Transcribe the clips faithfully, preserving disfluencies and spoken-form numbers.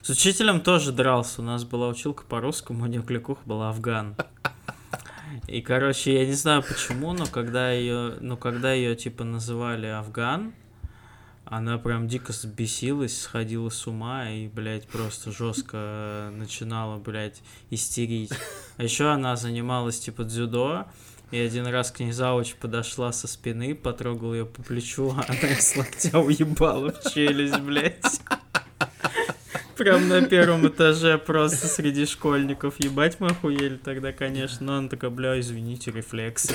С учителем тоже дрался. У нас была училка по-русскому, у нее кликуха была Афган. И, короче, я не знаю почему, но когда ее, ну, когда ее, типа, называли Афган, она прям дико взбесилась, сходила с ума и, блядь, просто жестко начинала, блядь, истерить. А еще она занималась, типа, дзюдо, и один раз к ней завуч подошла со спины, потрогала ее по плечу, а она с локтя уебала в челюсть, блядь. Прям на первом этаже просто среди школьников. Ебать мы охуели тогда, конечно. Но она такая, бля, извините, рефлексы.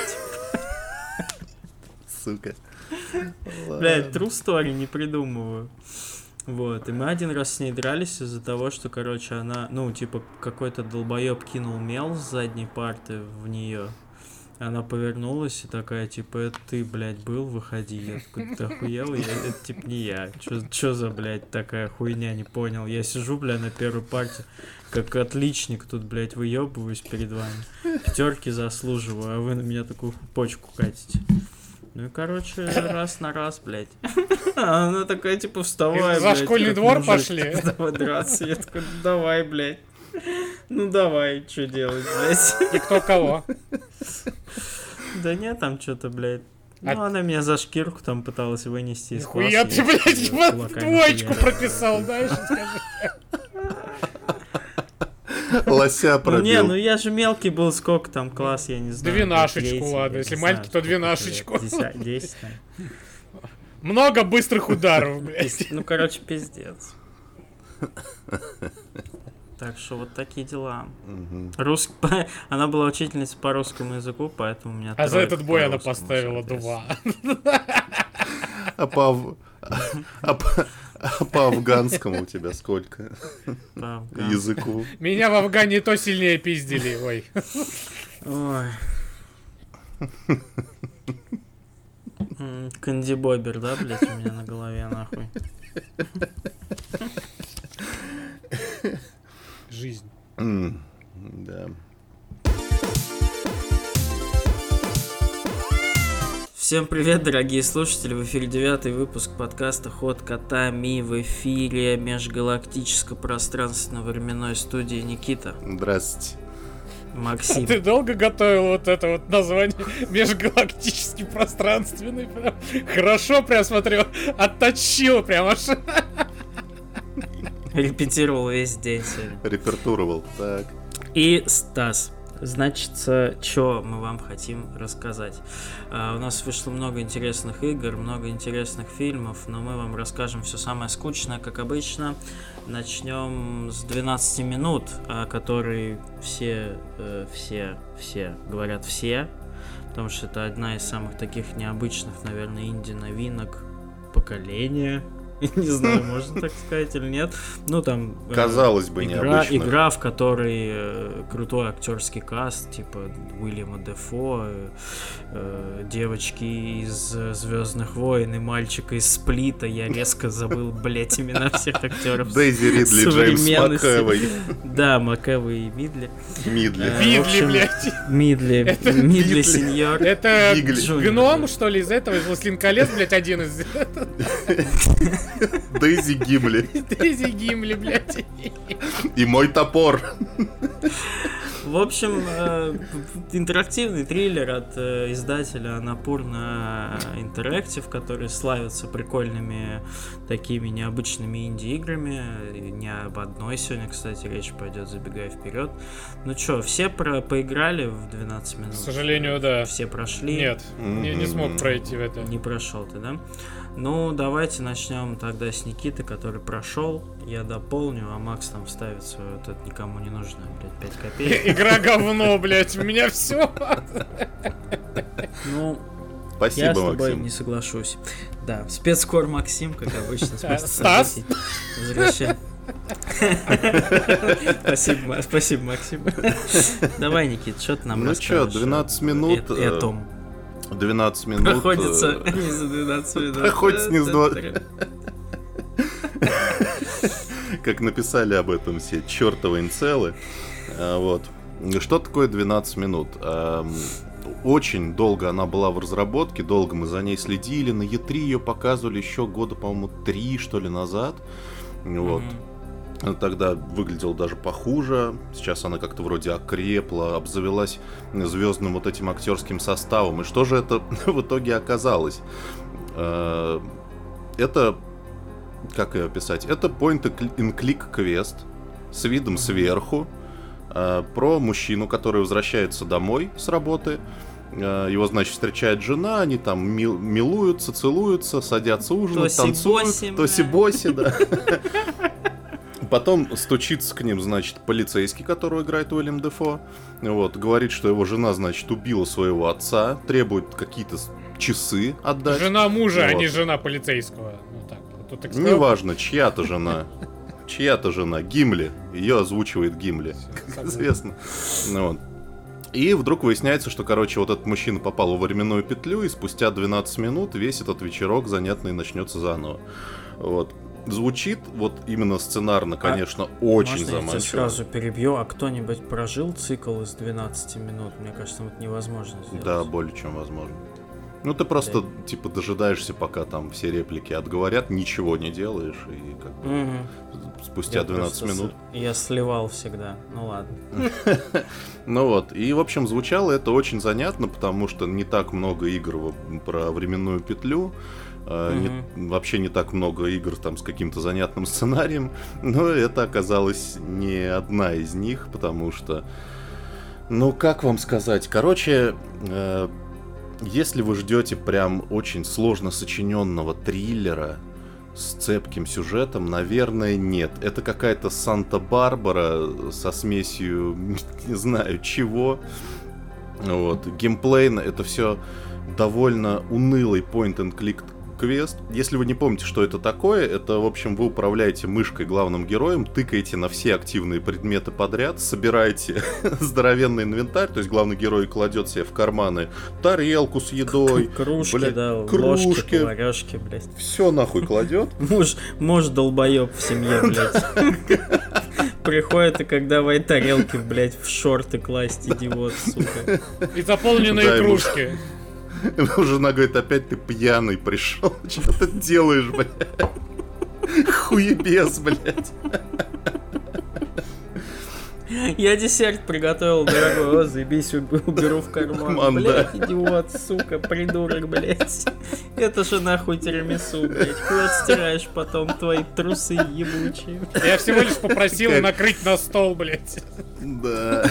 Сука. Блядь, true story, не придумываю. Вот, и мы один раз с ней дрались из-за того, что, короче, она, ну, типа, какой-то долбоеб кинул мел с задней парты в нее. Она повернулась и такая, типа, это ты, блядь, был, выходи. Я такой, ты охуел? Я, это, типа, не я. Чё, чё за, блядь, такая хуйня, не понял. Я сижу, бля, на первой парте, как отличник тут, блядь, выебываюсь перед вами. Пятерки заслуживаю, а вы на меня такую почку катите. Ну и, короче, раз на раз, блядь. Она такая, типа, вставай, за блядь. За школьный двор мужик, пошли? Давай драться. Я такой, давай, блядь. Ну давай, что делать, блядь? И кто кого? Да нет, там что-то, блядь. Ну, а... она меня за шкирку там пыталась вынести из класса. Хуя ты, блядь, двоечку прописал, да, еще скажи. Лося пробил. Ну не, ну я же мелкий был, сколько там класс, я не знаю. Двенашечку, ладно, если маленький, то двенашечку. Десять. Много быстрых ударов, блядь. Ну, короче, пиздец. Так что вот такие дела. Угу. Рус... Она была учительницей по русскому языку, поэтому у меня... А за этот бой она поставила два. А по... А по... А по афганскому у тебя сколько? По языку. Меня в Афгане то сильнее пиздили, ой. Ой. Канди Бобер, да, блять, у меня на голове, нахуй. Жизнь. Mm, да. Всем привет, дорогие слушатели, в эфире девятый выпуск подкаста «Ход котами», в эфире межгалактическо-пространственно-временной студии Никита. Здравствуйте. Максим. А ты долго готовил вот это вот название межгалактический пространственный? Прям хорошо, прям смотрю, отточил прям аж. Репетировал весь день сегодня. Репертуровал, так. И Стас. Значит, что мы вам хотим рассказать. Uh, у нас вышло много интересных игр, много интересных фильмов, но мы вам расскажем все самое скучное, как обычно. Начнем с двенадцати минут, о которой все, э, все, все говорят все, потому что это одна из самых таких необычных, наверное, инди-новинок поколения. Не знаю, можно так сказать или нет. Ну, там... Казалось э, бы, игра, необычно. Игра, в которой э, крутой актерский каст, типа Уильяма Дефо, э, э, девочки из «Звездных войн» и мальчика из «Сплита». Я резко забыл, блять, имена всех актеров. Дейзи Ридли, Джеймс МcAvoy. Да, МcAvoy и Мидли. Мидли. Мидли, блядь. Мидли. Мидли сеньор. Это гном, что ли, из этого, из «Властелин колец», блядь, один из... Дейзи Гимли. Дейзи Гимли, блядь. И мой топор. В общем, э, интерактивный триллер от э, издателя Annapurna Interactive, который славится прикольными такими необычными инди-играми. Не об одной сегодня, кстати, речь пойдет, забегая вперед. Ну чё, все про поиграли в двенадцать минут? К сожалению, да. Все прошли? Нет, mm-hmm. не, не смог пройти в это. Не прошел ты, да? Ну, давайте начнем тогда с Никиты, который прошел. Я дополню, а Макс там вставит свое вот это никому не нужное, блядь, пять копеек. Игра говно, блядь, у меня все. Ну, спасибо, я с тобой Максим. не соглашусь. Да, спецкор Максим, как обычно. Стас? Возвращай. Спасибо, спасибо, Максим. Давай, Никит, что ты нам ну расскажешь? Ну что, двенадцать минут. И о том. двенадцать минут. Проходится не за двенадцать минут. Проходится не за двадцать. Как написали об этом все чертовы инцелы. Вот. Что такое двенадцать минут? Очень долго она была в разработке, долго мы за ней следили. На и три ее показывали еще года, по-моему, три, что ли, назад. Вот. Она тогда выглядела даже похуже. Сейчас она как-то вроде окрепла, обзавелась звездным вот этим актерским составом. И что же это в итоге оказалось? Это, как ее описать? Это point-and-click квест с видом сверху про мужчину, который возвращается домой с работы. Его, значит, встречает жена, они там мил- милуются, целуются, садятся ужинать, танцуют. Тоси-боси, да. Потом стучится к ним, значит, полицейский, которого играет Уильям Дефо. Вот, говорит, что его жена, значит, убила своего отца, требует какие-то часы отдать. Жена мужа, вот. А не жена полицейского. Ну, так, тут так неважно, чья-то жена. Чья-то жена. Гимли. Ее озвучивает Гимли. Как известно. Ну, вот. И вдруг выясняется, что, короче, вот этот мужчина попал в временную петлю, и спустя двенадцать минут весь этот вечерок занятный начнется заново. Вот. Звучит вот именно сценарно, конечно, а очень можно заманчиво. Я тебя сразу перебью, а кто-нибудь прожил цикл из двенадцати минут? Мне кажется, это невозможно сделать. Да, более чем возможно. Ну, ты просто, да. типа, дожидаешься, пока там все реплики отговорят, ничего не делаешь, и как бы угу. спустя я двенадцать минут... С... Я сливал всегда, ну ладно. Ну вот, и, в общем, звучало это очень занятно, потому что не так много игр про временную петлю, не, вообще не так много игр там с каким-то занятным сценарием, но это оказалось не одна из них, потому что, ну, как вам сказать, короче, э, если вы ждете прям очень сложно сочиненного триллера с цепким сюжетом, наверное, нет. Это какая-то Санта-Барбара со смесью не знаю чего. Вот. Геймплейно это все довольно унылый point-and-click квест. Если вы не помните, что это такое, это, в общем, вы управляете мышкой главным героем, тыкаете на все активные предметы подряд, собираете здоровенный инвентарь, то есть главный герой кладет себе в карманы тарелку с едой, кружки, блядь, да, кружки, ложки, поварёшки, блядь. Все нахуй кладет. Муж, муж долбоеб в семье, блядь. Приходит, и как давай тарелки, блядь, в шорты класть, идиот, сука. И заполненные кружки. Жена говорит, опять ты пьяный пришел. Что ты делаешь, блядь? Хуебес, блядь. Я десерт приготовил, дорогой. О, заебись, уберу в карман. карман блядь, да. Идиот, сука, придурок, блядь. Это же нахуй тирамису, блядь. Куда стираешь потом твои трусы ебучие? Я всего лишь попросил как... накрыть на стол, блядь. Да.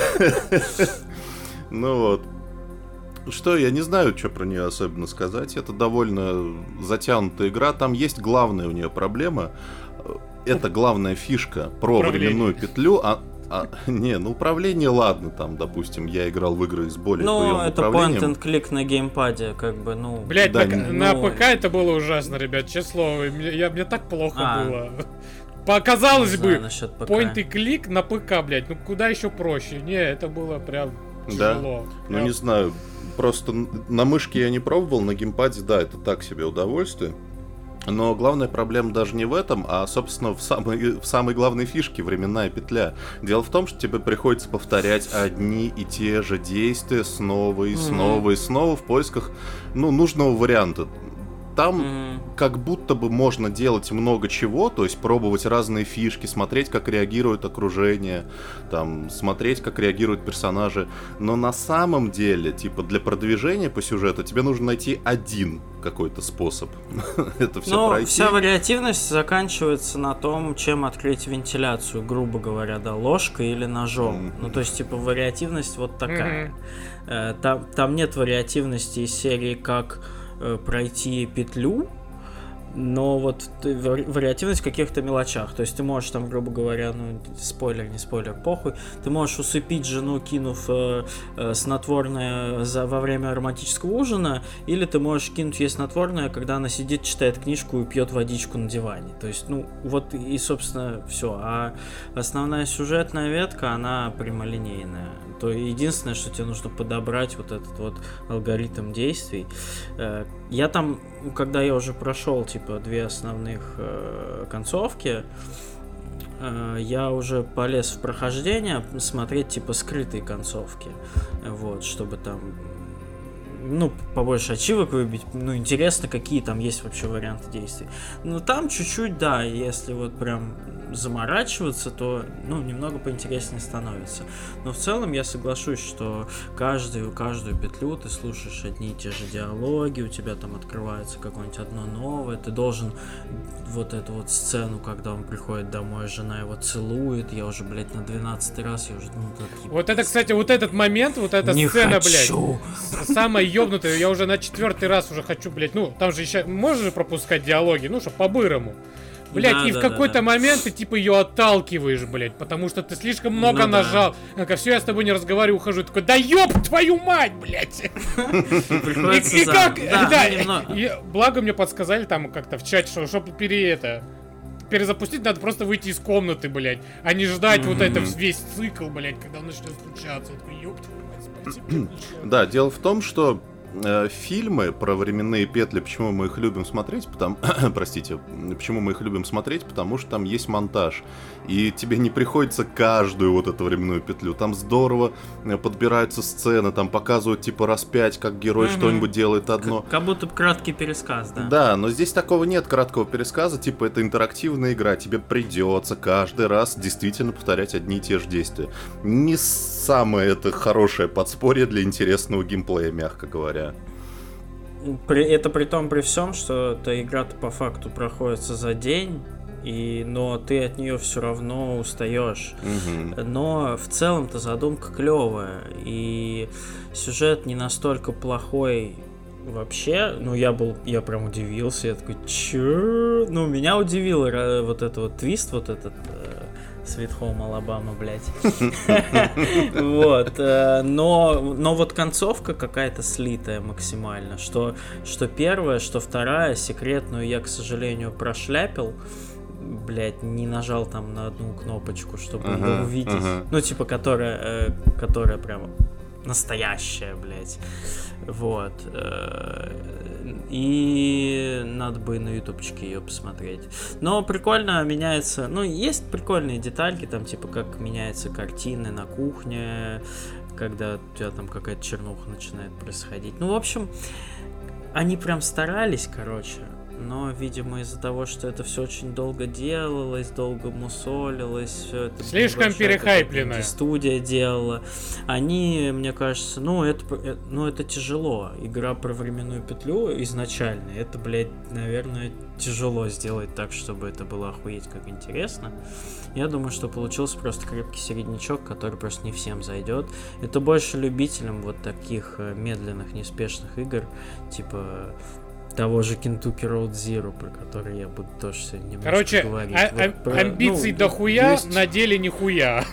Ну вот. Что, я не знаю, что про нее особенно сказать. Это довольно затянутая игра. Там есть главная у нее проблема. Это главная фишка про временную петлю. А, а, не, ну управление, ладно, там, допустим, я играл в игры с более боевым управлением. Ну, это point-and-click на геймпаде, как бы, ну... Блять, да, на, ну... на ПК это было ужасно, ребят, честное слово. Мне, я, мне так плохо а. было. Показалось бы, point-and-click на ПК, блять, ну куда еще проще? Не, это было прям тяжело. Да? Прям... Ну, не знаю... Просто на мышке я не пробовал, на геймпаде, да, это так себе удовольствие. Но главная проблема даже не в этом, а, собственно, в самой, в самой главной фишке — временная петля. Дело в том, что тебе приходится повторять одни и те же действия снова и снова mm-hmm. и снова в поисках, ну, нужного варианта. Там mm-hmm. как будто бы можно делать много чего, то есть пробовать разные фишки, смотреть, как реагирует окружение, там, смотреть, как реагируют персонажи. Но на самом деле, типа, для продвижения по сюжету тебе нужно найти один какой-то способ это все Но пройти. Вся вариативность заканчивается на том, чем открыть вентиляцию, грубо говоря, да, ложкой или ножом. Mm-hmm. Ну, то есть, типа, вариативность вот такая. Mm-hmm. Там, там нет вариативности из серии, как пройти петлю, но вот вариативность в каких-то мелочах. То есть ты можешь там, грубо говоря, ну, спойлер, не спойлер, похуй, ты можешь усыпить жену, кинув э, э, снотворное за, во время романтического ужина, или ты можешь кинуть ей снотворное, когда она сидит, читает книжку и пьет водичку на диване. То есть, ну, вот и, собственно, все. А основная сюжетная ветка, она прямолинейная. То единственное, что тебе нужно подобрать вот этот вот алгоритм действий. Я там, когда я уже прошел, типа, две основных э, концовки, э, я уже полез в прохождение смотреть, типа, скрытые концовки. Вот, чтобы там ну, побольше ачивок выбить, ну, интересно, какие там есть вообще варианты действий. Но там чуть-чуть, да, если вот прям заморачиваться, то, ну, немного поинтереснее становится. Но в целом я соглашусь, что каждую, каждую петлю ты слушаешь одни и те же диалоги, у тебя там открывается какое-нибудь одно новое, ты должен вот эту вот сцену, когда он приходит домой, жена его целует, я уже, блядь, на двенадцатый раз, я уже, ну, такие... Вот это, кстати, вот этот момент, вот эта Не сцена, хочу. блядь, самая ёбнутая, я уже на четвертый раз уже хочу, блядь, ну, там же еще, можешь же пропускать диалоги, ну, что, по-бырому. Блять, да, и да, в какой-то да, да. момент ты типа ее отталкиваешь, блять, потому что ты слишком много ну, нажал. Да. Как все, я с тобой не разговариваю, ухожу, такой, да ёб твою мать, блять! И как, да, благо мне подсказали там как-то в чате, что чтобы пере это перезапустить, надо просто выйти из комнаты, блять, а не ждать вот это весь цикл, блять, когда он начнет включаться. Я такой, ёб твою мать, спасибо. Да, дело в том, что фильмы про временные петли, почему мы их любим смотреть, потому, простите, почему мы их любим смотреть, потому что там есть монтаж, и тебе не приходится каждую вот эту временную петлю, там здорово подбираются сцены, там показывают типа раз пять, как герой mm-hmm. что-нибудь делает одно. Как, как будто краткий пересказ, да? Да, но здесь такого нет, краткого пересказа, типа это интерактивная игра, тебе придется каждый раз действительно повторять одни и те же действия. Не самое это хорошее подспорье для интересного геймплея, мягко говоря. При, это при том, при всем, что эта игра-то по факту проходится за день, и, но ты от нее все равно устаешь. Угу. Но в целом-то задумка клевая, и сюжет не настолько плохой вообще. Ну, я был, я прям удивился, я такой, чё? Ну, меня удивил вот этот вот твист, вот этот... Sweet Home Alabama, блядь. Вот. Но, но вот концовка какая-то слитая максимально. Что, что первая, что вторая. Секретную я, к сожалению, прошляпил. Блядь, не нажал там на одну кнопочку, чтобы ее увидеть. Ну, типа, которая, которая прям настоящая, блядь. Вот. И надо бы на ютубчике ее посмотреть. Но прикольно меняется. Ну, есть прикольные детальки, там, типа, как меняются картины на кухне, когда у тебя там какая-то чернуха начинает происходить. Ну, в общем, они прям старались, короче. Но, видимо, из-за того, что это все очень долго делалось, долго мусолилось, все это... Слишком перехайплено. Студия делала. Они, мне кажется, ну это, ну, это тяжело. Игра про временную петлю изначально. Это, блядь, наверное, тяжело сделать так, чтобы это было охуеть как интересно. Я думаю, что получился просто крепкий середнячок, который просто не всем зайдет. Это больше любителям вот таких медленных, неспешных игр, типа... того же Kentucky Road Zero, про который я буду тоже сегодня немножко Короче, говорить. А- вот про, амбиций ну, дохуя, есть... на деле нихуя.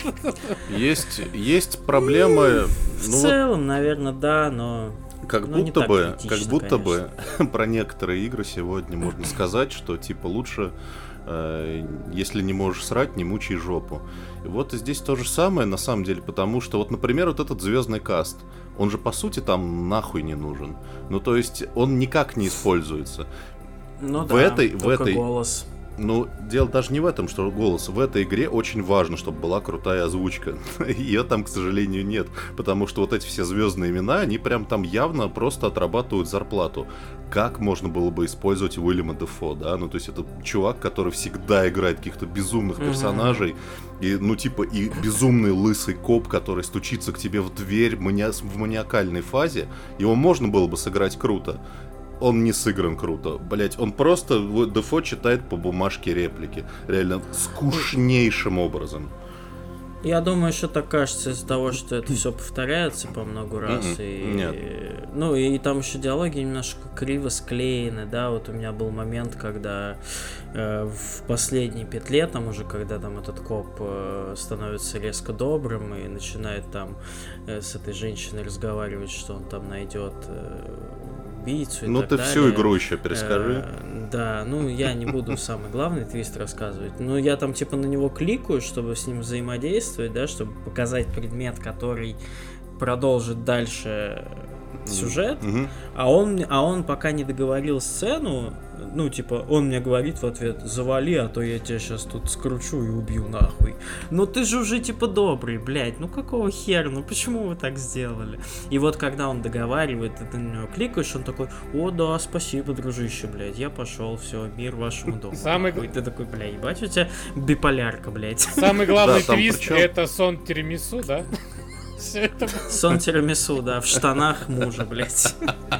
Есть, есть проблемы... В ну, целом, вот... наверное, да, но... Как но будто бы, как будто конечно. бы про некоторые игры сегодня можно сказать, что типа лучше, э, если не можешь срать, не мучай жопу. И вот и здесь то же самое, на самом деле, потому что вот, например, вот этот звездный каст, он же по сути там нахуй не нужен. Ну то есть он никак не используется. Ну в да, этой, только в этой... голос. Ну, дело даже не в этом, что голос. В этой игре очень важно, чтобы была крутая озвучка. Ее там, к сожалению, нет. Потому что вот эти все звездные имена, они прям там явно просто отрабатывают зарплату. Как можно было бы использовать Уильяма Дефо, да? Ну, то есть это чувак, который всегда играет каких-то безумных персонажей. И, ну, типа, и безумный лысый коп, который стучится к тебе в дверь мани... в маниакальной фазе. Его можно было бы сыграть круто. Он не сыгран круто, блять, он просто Дефо читает по бумажке реплики, реально скучнейшим образом. Я думаю, что так кажется из-за того, что это все повторяется по много раз. И, Нет. Ну и там еще диалоги немножко криво склеены, да, вот у меня был момент, когда э, в последней петле, там уже, когда там этот коп э, становится резко добрым и начинает там э, с этой женщиной разговаривать, что он там найдет э, убийцу и ну так ты далее. Всю игру еще перескажи. Э, да, ну я не буду самый главный твист рассказывать. Но я там типа на него кликаю, чтобы с ним взаимодействовать, да, чтобы показать предмет, который продолжит дальше сюжет, mm-hmm. а, он, а он пока не договорил сцену, ну, типа, он мне говорит в ответ: завали, а то я тебя сейчас тут скручу и убью нахуй. Ну ты же уже, типа, добрый, блядь, ну какого хера, ну почему вы так сделали? И вот когда он договаривает, и ты на него кликаешь, он такой: о, да, спасибо, дружище, блядь, я пошел, все, мир вашему дому. Самый... И ты такой: бля, ебать, у тебя биполярка, блядь. Самый главный твист — это сон тирамису, да? Сон тирамису, да, в штанах мужа, блядь.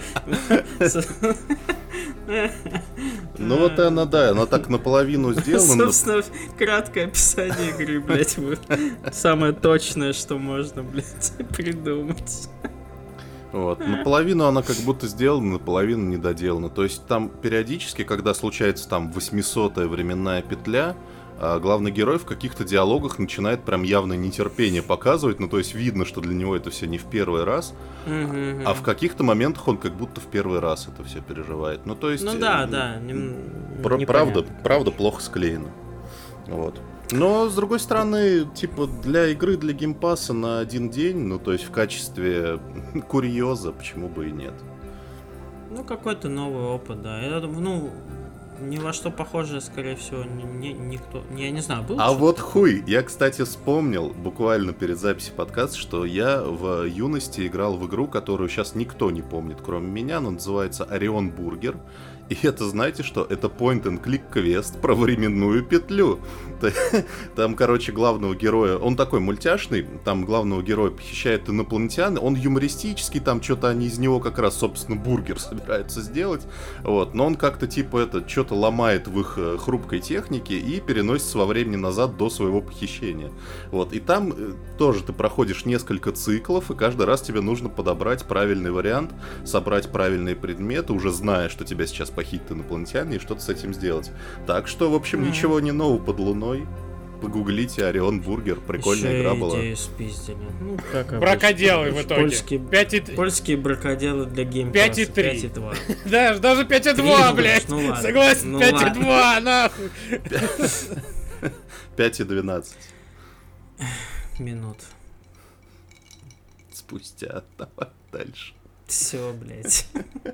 Ну вот и она, да, она так наполовину сделана. Собственно, краткое описание игры, блядь, самое точное, что можно, блядь, придумать. Вот. Наполовину она как будто сделана, наполовину недоделана. То есть там периодически, когда случается там восьмисотая временная петля, главный герой в каких-то диалогах начинает прям явно нетерпение показывать. Ну, то есть видно, что для него это все не в первый раз. Mm-hmm. А в каких-то моментах он как будто в первый раз это все переживает. Ну, то есть... Ну да, да. Не, пр- правда, правда плохо склеено. Вот. Но, с другой стороны, типа, для игры, для геймпасса на один день, ну, то есть в качестве курьеза, почему бы и нет. Ну, какой-то новый опыт, да. Я думаю, ну... Ни во что похожее, скорее всего, ни, ни, никто... Я не знаю, был А что-то? вот хуй! Я, кстати, вспомнил буквально перед записью подкаста, что я в юности играл в игру, которую сейчас никто не помнит, кроме меня. Она называется Орион Бургер. И это, знаете что? Это point-and-click квест про временную петлю. Там, короче, главного героя... Он такой мультяшный. Там главного героя похищает инопланетян. Он юмористический. Там что-то они из него как раз, собственно, бургер собираются сделать. Вот. Но он как-то типа это... Что-то ломает в их хрупкой технике и переносится во времени назад до своего похищения. Вот. И там тоже ты проходишь несколько циклов. И каждый раз тебе нужно подобрать правильный вариант. Собрать правильные предметы, уже зная, что тебя сейчас похитят инопланетяне, и что-то с этим сделать. Так что, в общем, mm. ничего не нового под луной. Погуглите Орион Бургер, прикольная еще игра была. Спиздили. Ну, как бракоделы в итоге. Польские, пять и... польские бракоделы для геймпасса. пять и три. пять и два. Да, даже пять и два, блядь. Ну, ладно. Согласен, ну, пять и два, нахуй. пять и двенадцать. Минут. Спустя. Давай дальше. Все, блядь.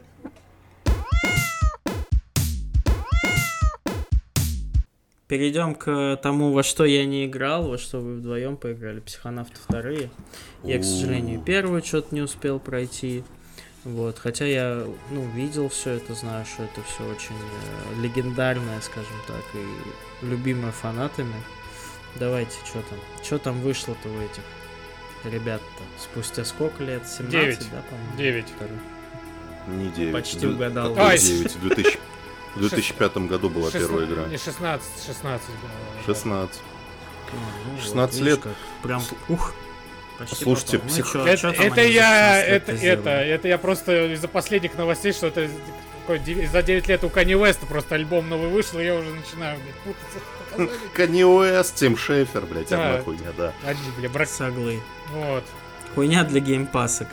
Перейдем к тому, во что я не играл, во что вы вдвоем поиграли. Психонавты вторые. Я, к сожалению, первую что-то не успел пройти. Вот. Хотя я, ну, видел все это, знаю, что это все очень э, легендарное, скажем так, и любимое фанатами. Давайте, что там? Что там вышло-то у этих ребят-то? Спустя сколько лет? семнадцать, девять. Да, по-моему? девять. Не девять. Почти угадал. девять. В две тысячи пятом году была первая игра. Не шестнадцать, шестнадцать. шестнадцать. Ну, шестнадцать вот, лет. Как, прям, ух. Слушайте, ну, псих... чё, это, чё это я, это, это, сделали? это я просто из-за последних новостей, что это за девять лет у Канье Уэста просто альбом новый вышел, и я уже начинаю, блядь, путаться. Канье Уэст, Тим Шефер, блядь, да. одна хуйня, да. Они, бля, брак... Соглы. Вот. Хуйня для геймпасса.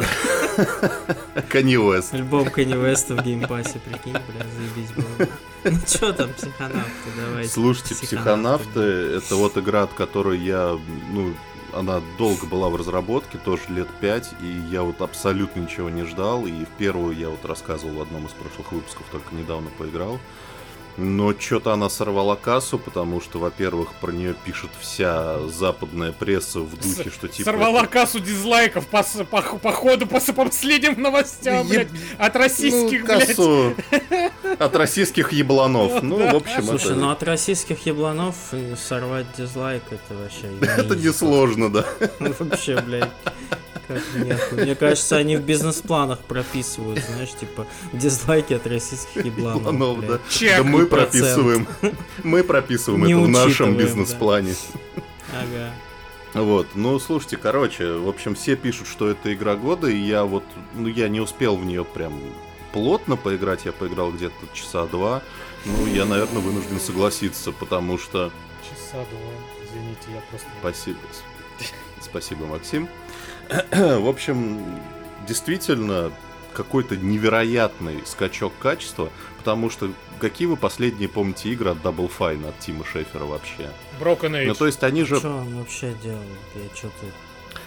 Канье Уэст. Альбом Канье Уэста в геймпассе, прикинь, бля, заебись было. Ну чё там, психонавты, давайте. Слушайте, психонавты, это вот игра, от которой я, ну, она долго была в разработке, тоже лет пять, и я вот абсолютно ничего не ждал, и в первую я вот рассказывал в одном из прошлых выпусков, только недавно поиграл. Но что-то она сорвала кассу, потому что, во-первых, про нее пишет вся западная пресса в духе, что типа... Сорвала это... кассу дизлайков по, по, по ходу, по, по последним новостям, блядь, от российских, ну, кассу блядь. От российских ебланов. Ну, в общем, Слушай, это... ну от российских ебланов сорвать дизлайк, это вообще... Это несложно, да. Вообще, блядь. Как нехуй. Мне кажется, они в бизнес-планах прописывают, знаешь, типа, дизлайки от российских ебланов. ебланов да. Чек, да мы прописываем. Мы прописываем это в нашем бизнес-плане. Ага. Вот, ну, слушайте, короче, в общем, все пишут, что это игра года, и я вот, ну, я не успел в нее прям плотно поиграть, я поиграл где-то часа два, ну, я, наверное, вынужден согласиться, потому что... Часа два, извините, я просто... Спасибо. Спасибо, Максим. В общем, действительно, какой-то невероятный скачок качества, потому что какие вы последние помните игры от Double Fine, от Тима Шефера вообще? Broken Age. Ну, то есть они же... Что он вообще делал? Я что-то...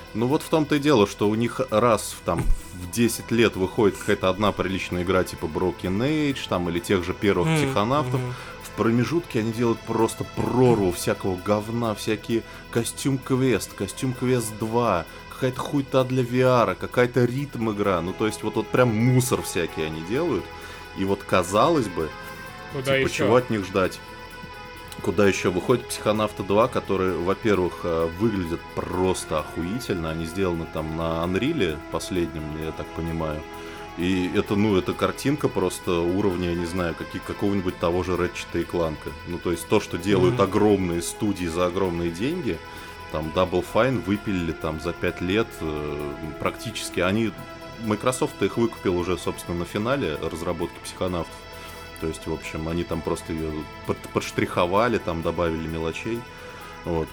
Ну вот в том-то и дело, что у них раз в, там, в десять лет выходит какая-то одна приличная игра типа Broken Age там, или тех же первых mm-hmm. психонавтов. Mm-hmm. В промежутке они делают просто прорву всякого говна, всякие костюм-квест, костюм-квест два, какая-то хуйта для ви ар, какая-то ритм-игра. Ну то есть вот, вот прям мусор всякий они делают. И вот казалось бы, куда типа еще? Чего от них ждать? Куда еще? Выходит Психонавты два, которые, во-первых, выглядят просто охуительно. Они сделаны там на Unreal последнем, я так понимаю. И это, ну, это картинка просто уровня, я не знаю, какие, какого-нибудь того же Ratchet и Clank. Ну, то есть то, что делают mm-hmm. огромные студии за огромные деньги. Там Double Fine выпилили там за пять лет э, практически. Они... Microsoft их выкупил уже, собственно, на финале разработки Психонавтов. То есть, в общем, они там просто ее под, подштриховали, там добавили мелочей. Вот.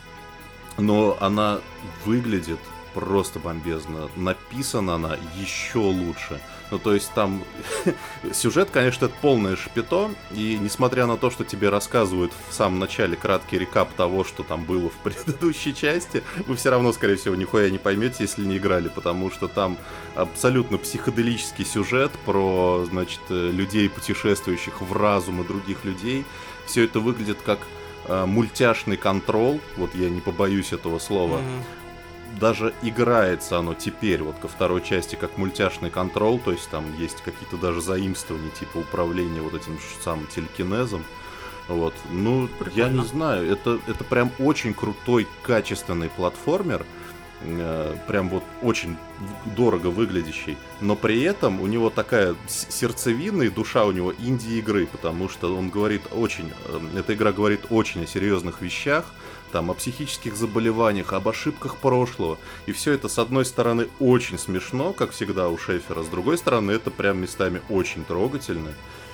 Но она выглядит просто бомбезно. Написана она еще лучше. Ну, то есть там сюжет, конечно, это полное шпито. И несмотря на то, что тебе рассказывают в самом начале краткий рекап того, что там было в предыдущей части, вы все равно, скорее всего, нихуя не поймете, если не играли. Потому что там абсолютно психоделический сюжет про, значит, людей, путешествующих в разумы других людей. Все это выглядит как э, мультяшный контрол. Вот я не побоюсь этого слова. Mm-hmm. Даже играется оно теперь, вот ко второй части, как мультяшный контрол, то есть там есть какие-то даже заимствования, типа управления вот этим самым телекинезом. Вот. Ну, прикольно. Я не знаю, это, это прям очень крутой, качественный платформер, э, прям вот очень дорого выглядящий, но при этом у него такая сердцевина и душа у него инди-игры, потому что он говорит очень, э, эта игра говорит очень о серьезных вещах, там, о психических заболеваниях, об ошибках прошлого. И все это, с одной стороны, очень смешно, как всегда у Шефера, с другой стороны, это прям местами очень трогательно.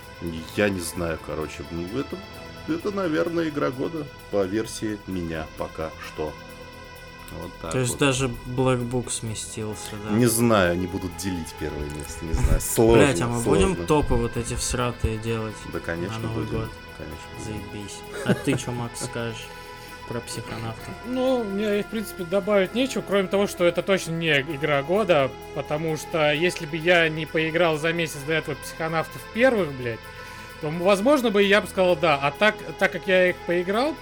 Я не знаю, короче, это, это, наверное, игра года по версии меня пока что. Вот так. То есть вот. Даже Black Book сместился, да? Не знаю, они будут делить первое место, не знаю, сложно. Блять, а мы сложно. будем топы вот эти всратые делать? Да, конечно, на Новый будем. год? Конечно. Заебись. А ты что, Макс, скажешь про Психонавтов? Ну, мне, в принципе, добавить нечего, кроме того, что это точно не игра года, потому что если бы я не поиграл за месяц до этого Психонавтов первых, блядь, то, возможно, бы я бы сказал да. А так, так как я их поиграл,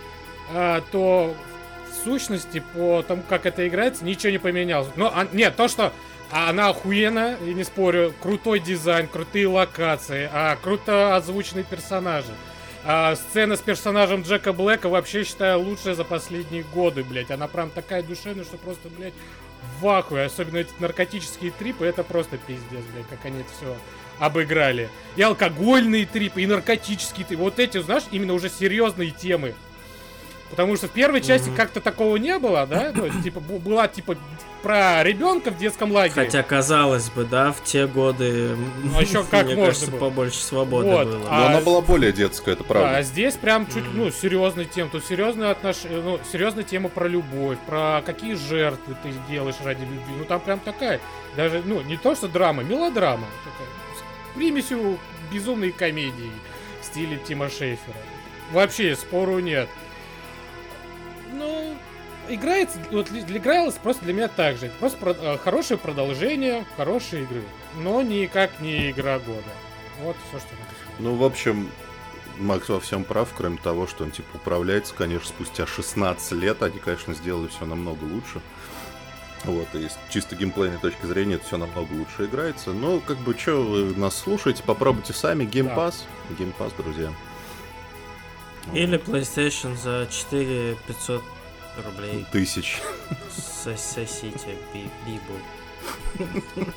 а, то в сущности, по тому, как это играется, ничего не поменялось. Но, а, нет, то, что она охуенная, я не спорю, крутой дизайн, крутые локации, а, круто озвученные персонажи. А сцена с персонажем Джека Блэка вообще, считаю, лучшая за последние годы, блядь. Она прям такая душевная, что просто, блядь, в ахуе. Особенно эти наркотические трипы, это просто пиздец, блядь, как они это все обыграли. И алкогольные трипы, и наркотические трипы. Вот эти, знаешь, именно уже серьезные темы. Потому что в первой части mm-hmm. как-то такого не было, да? Ну, типа, была, типа, про ребенка в детском лагере. Хотя, казалось бы, да, в те годы, а еще как мне можно кажется, было. побольше свободы вот. было. Но а... она была более детская, это правда. Да, а здесь прям чуть, ну, серьезная тема. Тут серьезные отношения, ну, серьезная тема про любовь, про какие жертвы ты делаешь ради любви. Ну, там прям такая, даже, ну, не то что драма, мелодрама. Такая, с примесью безумной комедии в стиле Тима Шейфера. Вообще, спору нет. Ну, играется, вот игралось просто для меня так же. Это просто про, э, хорошее продолжение хорошей игры, но никак не игра года. Вот все, что надо сказать. Ну, в общем, Макс во всем прав, кроме того, что он, типа, управляется, конечно, спустя шестнадцать лет. Они, конечно, сделали все намного лучше. Вот, и с чисто геймплейной точки зрения это все намного лучше играется. Но, как бы, что вы нас слушаете, попробуйте сами. Game Pass. Да. Game Pass, друзья. Или PlayStation за четыре тысячи пятьсот рублей. Тысяч. Сосите бибу.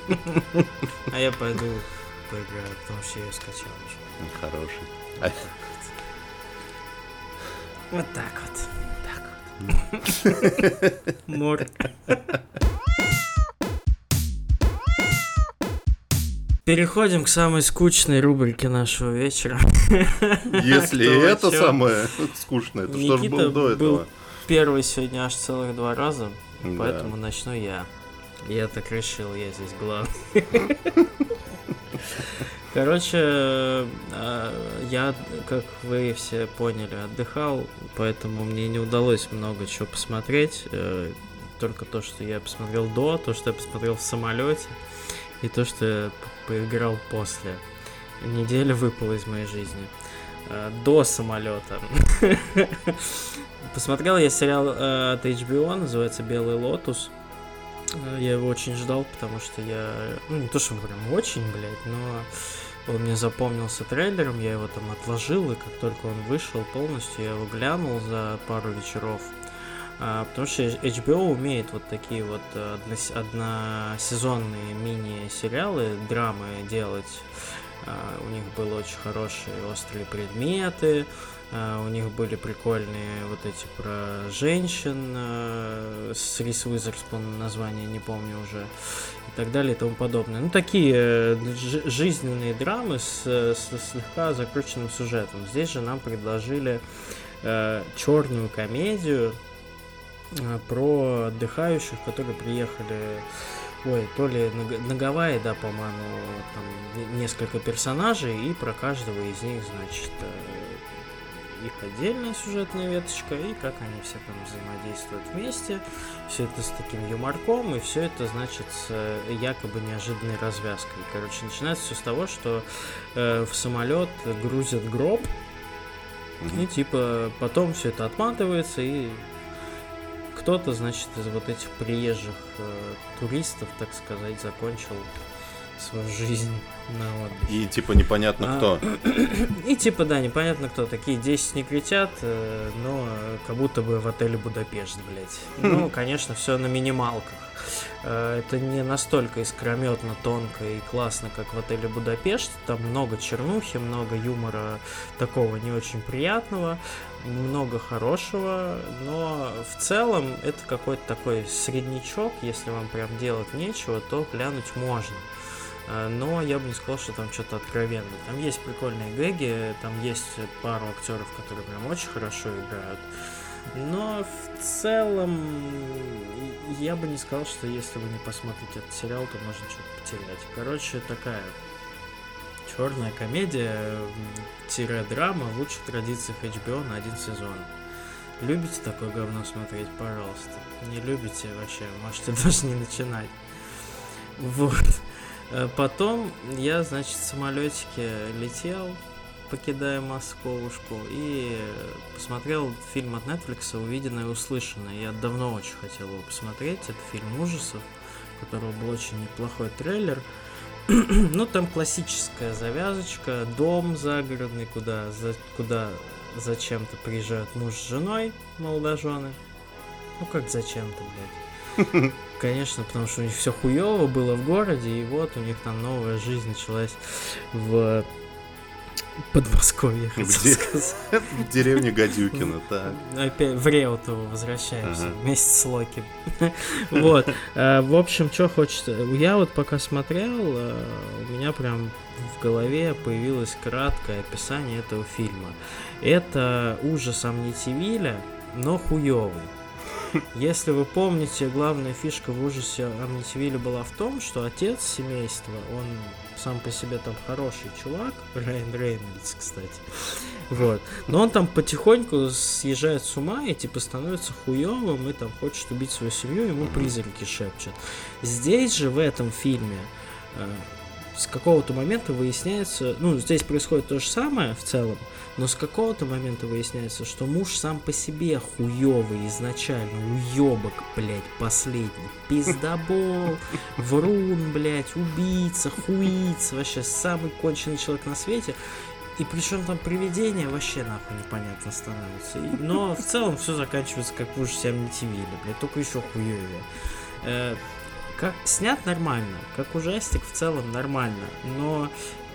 А я пойду поиграю, потому что я ее скачал уже. Хороший. Вот так вот. Так вот. Мор. Переходим к самой скучной рубрике нашего вечера. Если это самое скучное, то что ж было до этого? Был первый сегодня аж целых два раза, поэтому начну я. Я так решил, я здесь главный. Короче, я, как вы все поняли, отдыхал, поэтому мне не удалось много чего посмотреть. только то, что я посмотрел до, то, что я посмотрел в самолете, и то, что я поиграл после. Неделя выпала из моей жизни. До самолета. Посмотрел я сериал э, от эйч би о, называется «Белый лотус». Я его очень ждал, потому что я... Ну, не то, что прям очень, блядь, но он мне запомнился трейлером, я его там отложил, и как только он вышел полностью, я его глянул за пару вечеров. А, потому что эйч би о умеет вот такие вот однос... односезонные мини-сериалы, драмы делать. Uh, у них были очень хорошие острые предметы, uh, у них были прикольные вот эти про женщин, uh, с Риз Уизерспун, название не помню уже, и так далее и тому подобное. Ну, такие uh, ж- жизненные драмы с, с слегка закрученным сюжетом. Здесь же нам предложили uh, черную комедию uh, про отдыхающих, которые приехали... Ой, то ли на, на Гавайи, да, по-моему, там несколько персонажей, и про каждого из них, значит, их отдельная сюжетная веточка, и как они все там взаимодействуют вместе. Все это с таким юморком, и все это, значит, с якобы неожиданной развязкой. Короче, начинается все с того, что э, в самолет грузят гроб, mm-hmm. и типа потом все это отматывается, и кто-то, значит, из вот этих приезжих э, туристов, так сказать, закончил свою жизнь на отдыхе. И типа непонятно а, кто. И типа, да, непонятно кто. Такие десять негритят, э, но как будто бы в отеле Будапешт, блядь. Ну, конечно, все на минималках. Э, это не настолько искрометно, тонко и классно, как в отеле Будапешт. Там много чернухи, много юмора такого не очень приятного. Много хорошего, но в целом это какой-то такой среднячок. Если вам прям делать нечего, то глянуть можно. Но я бы не сказал, что там что-то откровенное. Там есть прикольные гэги, там есть пару актеров, которые прям очень хорошо играют. Но в целом я бы не сказал, что если вы не посмотрите этот сериал, то можно что-то потерять. Короче, такая черная комедия-драма в лучших традициях эйч би о на один сезон. Любите такое говно смотреть? Пожалуйста. Не любите вообще, можете даже не начинать. Вот. Потом я, значит, в самолетике летел, покидая Московушку, и посмотрел фильм от Netflix «Увиденное и услышанное». Я давно очень хотел его посмотреть. Это фильм ужасов, у которого был очень неплохой трейлер. Ну, там классическая завязочка, дом загородный, куда, за, куда зачем-то приезжают муж с женой, молодожены. Ну, как зачем-то, блядь. Конечно, потому что у них все хуёво было в городе, и вот у них там новая жизнь началась в Подмосковье, хотел сказать. В деревне Гадюкино, так. Опять в Реутово возвращаемся ага. вместе с Локи. Вот. В общем, что хочется. Я вот пока смотрел, у меня прям в голове появилось краткое описание этого фильма. Это ужас Амитивилля, но хуёвый. Если вы помните, главная фишка в ужасе Амитивилля была в том, что отец семейства, он сам по себе там хороший чувак, Райан Рейнольдс, кстати, вот, но он там потихоньку съезжает с ума и типа становится хуёвым и там хочет убить свою семью, ему призраки шепчут. Здесь же в этом фильме э, с какого-то момента выясняется, ну, здесь происходит то же самое в целом, но с какого-то момента выясняется, что муж сам по себе хуёвый изначально, уёбок, блядь, последний, пиздобол, врун, блядь, убийца, хуица, вообще самый конченый человек на свете. И причем там привидение вообще нахуй непонятно становится. И, но в целом все заканчивается как в ужасе Амитивилля, блядь, только еще хуёвее. Э, как снят нормально, как ужастик в целом нормально, но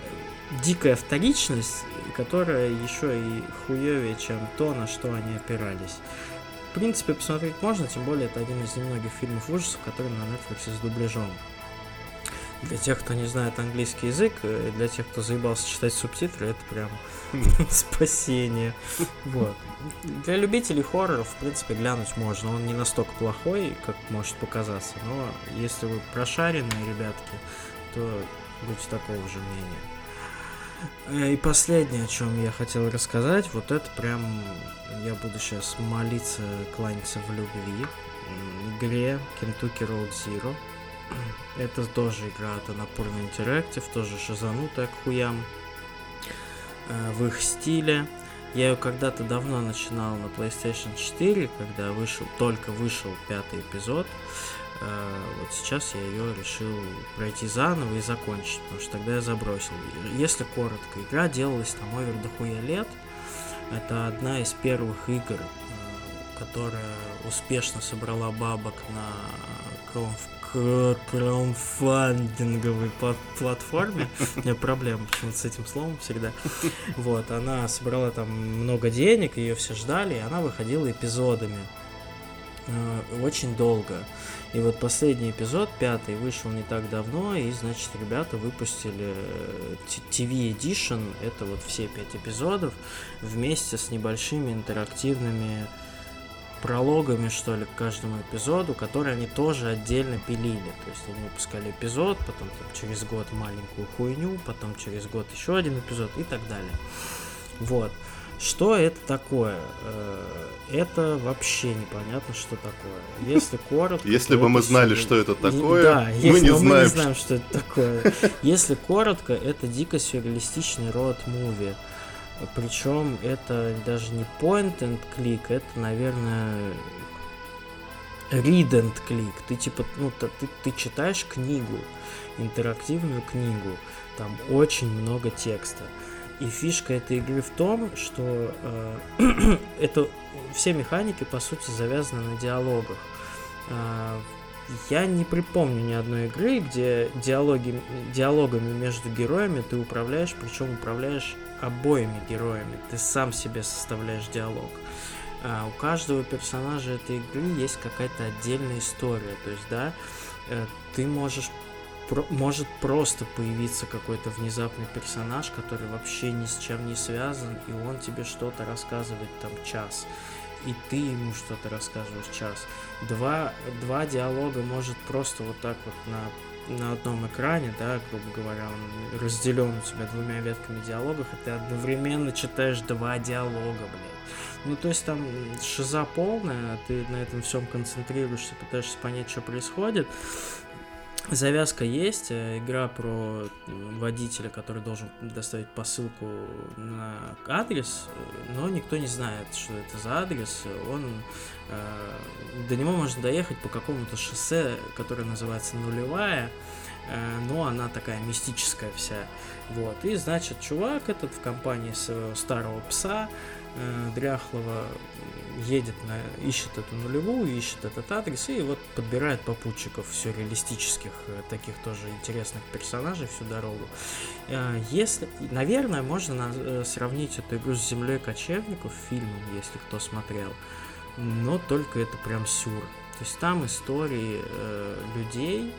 дикая вторичность, которая еще и хуевее, чем то, на что они опирались. В принципе, посмотреть можно, тем более это один из немногих фильмов ужасов, который на Netflix с дубляжом. Для тех, кто не знает английский язык, и для тех, кто заебался читать субтитры, это прям спасение. Вот. Для любителей хорроров, в принципе, глянуть можно. Он не настолько плохой, как может показаться, но если вы прошаренные ребятки, то будьте такого же мнения. И последнее, о чем я хотел рассказать, вот это прям, я буду сейчас молиться, кланяться в любви. Игре Kentucky Road Zero. Это тоже игра от Annapurna Interactive, тоже шизанутая к хуям в их стиле. Я ее когда-то давно начинал на PlayStation четыре, когда вышел, только вышел пятый эпизод. Вот сейчас я ее решил пройти заново и закончить, потому что тогда я забросил. Если коротко, игра делалась там овер дохуя лет. Это одна из первых игр, которая успешно собрала бабок на краудфандинговой платформе. У меня проблема почему-то с этим словом всегда. Вот, она собрала там много денег, ее все ждали, и она выходила эпизодами. Очень долго. И вот последний эпизод, пятый, вышел не так давно, и, значит, ребята выпустили ти ви Edition, это вот все пять эпизодов, вместе с небольшими интерактивными прологами, что ли, к каждому эпизоду, которые они тоже отдельно пилили. То есть они выпускали эпизод, потом там, через год маленькую хуйню, потом через год еще один эпизод и так далее. Вот. Что это такое? Это вообще непонятно, что такое. Если коротко... Если бы мы знали, что это такое, да, мы не знаем. Мы не знаем, что это такое. Если коротко, это дико сюрреалистичный роуд-муви. Причем это даже не point and click, это, наверное, read and click. Ты типа, ну, ты, ты читаешь книгу, интерактивную книгу, там очень много текста. И фишка этой игры в том, что э, это все механики, по сути, завязаны на диалогах. Э, я не припомню ни одной игры, где диалоги, диалогами между героями ты управляешь, причем управляешь обоими героями. Ты сам себе составляешь диалог. Э, у каждого персонажа этой игры есть какая-то отдельная история. То есть, да, э, ты можешь... Про- может просто появиться какой-то внезапный персонаж, который вообще ни с чем не связан, и он тебе что-то рассказывает там час, и ты ему что-то рассказываешь час. Два, два диалога может просто вот так вот на, на одном экране, да, грубо говоря, он разделен у тебя двумя ветками диалогов, и ты одновременно читаешь два диалога, блядь. Ну, то есть там шиза полная, ты на этом всем концентрируешься, пытаешься понять, что происходит. Завязка есть, игра про водителя, который должен доставить посылку на адрес, но никто не знает, что это за адрес. Он, э, до него можно доехать по какому-то шоссе, которое называется Нулевая, э, но она такая мистическая вся. Вот. И, значит, чувак этот в компании своего старого пса, э, дряхлого, едет, на, ищет эту нулевую, ищет этот адрес и вот подбирает попутчиков сюрреалистических, таких тоже интересных персонажей всю дорогу. Если, наверное, можно сравнить эту игру с «Землей кочевников», фильмом, если кто смотрел, но только это прям сюр. То есть там истории э, людей,